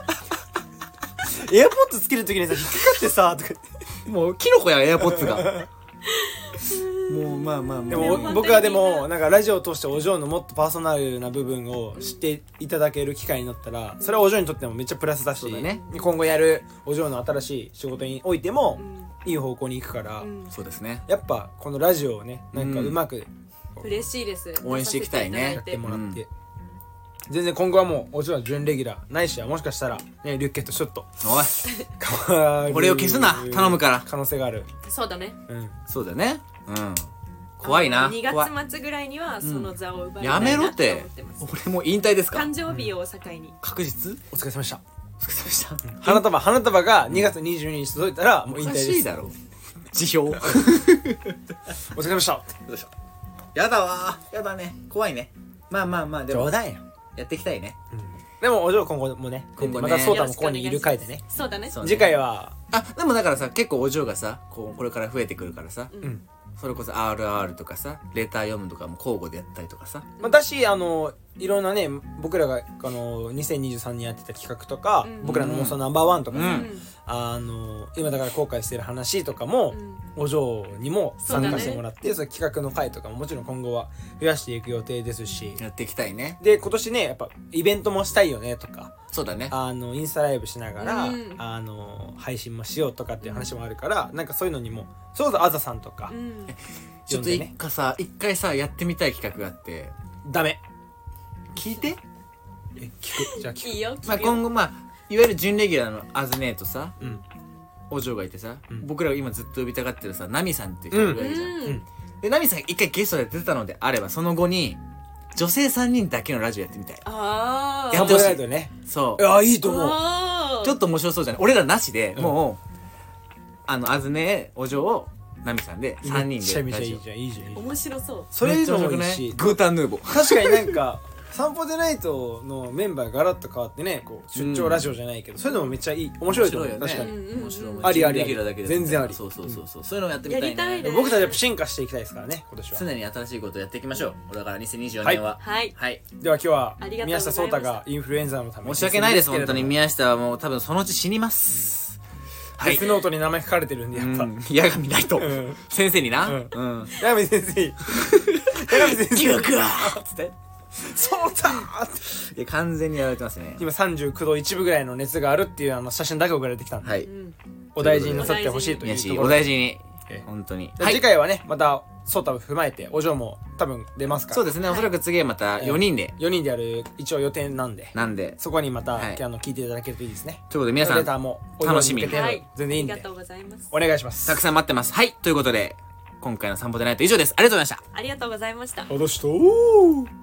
エアポッドつけるときにさ引っかかってさとか言ってもうキノコやエアポッツがもうまあまあまあでもまあ僕はでもなんかラジオを通してお嬢のもっとパーソナルな部分を知っていただける機会になったらそれはお嬢にとってもめっちゃプラスだしそうだね今後やるお嬢の新しい仕事においてもうんいい方向に行くから、 うんそうですねやっぱこのラジオをねなんかうまく嬉しいです応援していきたいねやってもらって、 う全然今後はもうお嬢は準レギュラーないしはもしかしたらねリュッケットショットおい変わる俺を消すな頼むから可能性があるそうだねうんそうだよねうん怖いなに怖いがつ末ぐらいにはその座を奪いやめろって思ってます俺もう引退ですか誕生日を境に確実お疲れ様でしたお疲れ様でした花束花束がにがつにじゅうににち届いたらもう引おか退ですしいだろ辞表お疲れ様でしたどうしたやだわーやだね怖いねまあまあまあでも冗談ややっていきたいねでもお嬢今後もね今後ねまたソータもここにいる回でねそうだねそうね次回はあでもだからさ結構お嬢がさこうこれから増えてくるからさうんそれこそ アールアール とかさレター読むとかも交互でやったりとかさ私あのいろんなね僕らがあのにせんにじゅうさんねんやってた企画とか、 うん僕らの妄想ナンバーワンとかさ、 うんあの今だから後悔してる話とかも、 うんお嬢にも参加してもらってそ,、 そうの企画の回とかももちろん今後は増やしていく予定ですしやっていきたいねで今年ねやっぱイベントもしたいよねとかそうだねあのインスタライブしながら、 うんあの配信もしようとかっていう話もあるから、なんかそういうのにもそうそうあざさんとか、 うんちょっと一回さ一回さやってみたい企画があってダメ聞いてえ聞くじゃあ聞くいいよまあ聞くよ今後まあいわゆる準レギュラーのアズネーとさうんお嬢がいてさ、 うん僕らが今ずっと呼びたがってるさナミさんっていう人がいるわけじゃん、 うんでナミさんが一回ゲストで出てたのであればその後に女性さんにんだけのラジオやってみたいああやってほしいサンプルライトねそういやいいと思うあーちょっと面白そうじゃない俺らなしで、 うんもうあのあずねお嬢ナミさんでさんにんめちゃめちゃいいでラジオじゃんいいじゃんいいじゃん面白そうそれいいのもいいめっちゃ面白しくないグータンヌーボー確かになんか散歩でナイトのメンバーガラッと変わってねこう出張ラジオじゃないけど、そういうのもめっちゃいい面白いと思う、 面白いよね確かに、 うんうんうん面白いありありレギュラーだけで全然ありそうそうそうそうそういうのをやってみたいねやりたいね僕たちやっぱ進化していきたいですからね今年は常に新しいことをやっていきましょうだからにせんにじゅうよねんははいはいでは今日はありがとうございました宮下壮太がインフルエンザのために申し訳ないです本当にデ宮下はもう多分そのうち死にますはいスノートに名前書かれてるんでやっぱ、 うん矢神ないとうん先生になううんん八神先生八神先生記録はつって壮太っていや完全にやられてますね今さんじゅうきゅうどいちぶぐらいの熱があるっていうあの写真だけ送られてきたんで、 はいうんお大事になさってほしいという宮下おところで大事にええ本当にで次回はねまた壮太を踏まえてお嬢も多分出ますからそうですねおそらく次はまたよにんでよにんでやる一応予定なんでなんでそこにまた、 はいあの聞いていただけるといいですねということで皆さんレターもお楽しみに向けてはい全然いいんでありがとうございますお願いしますたくさん待ってますはいということで今回の散歩でないと以上ですありがとうございましたありがとうございました戻しとー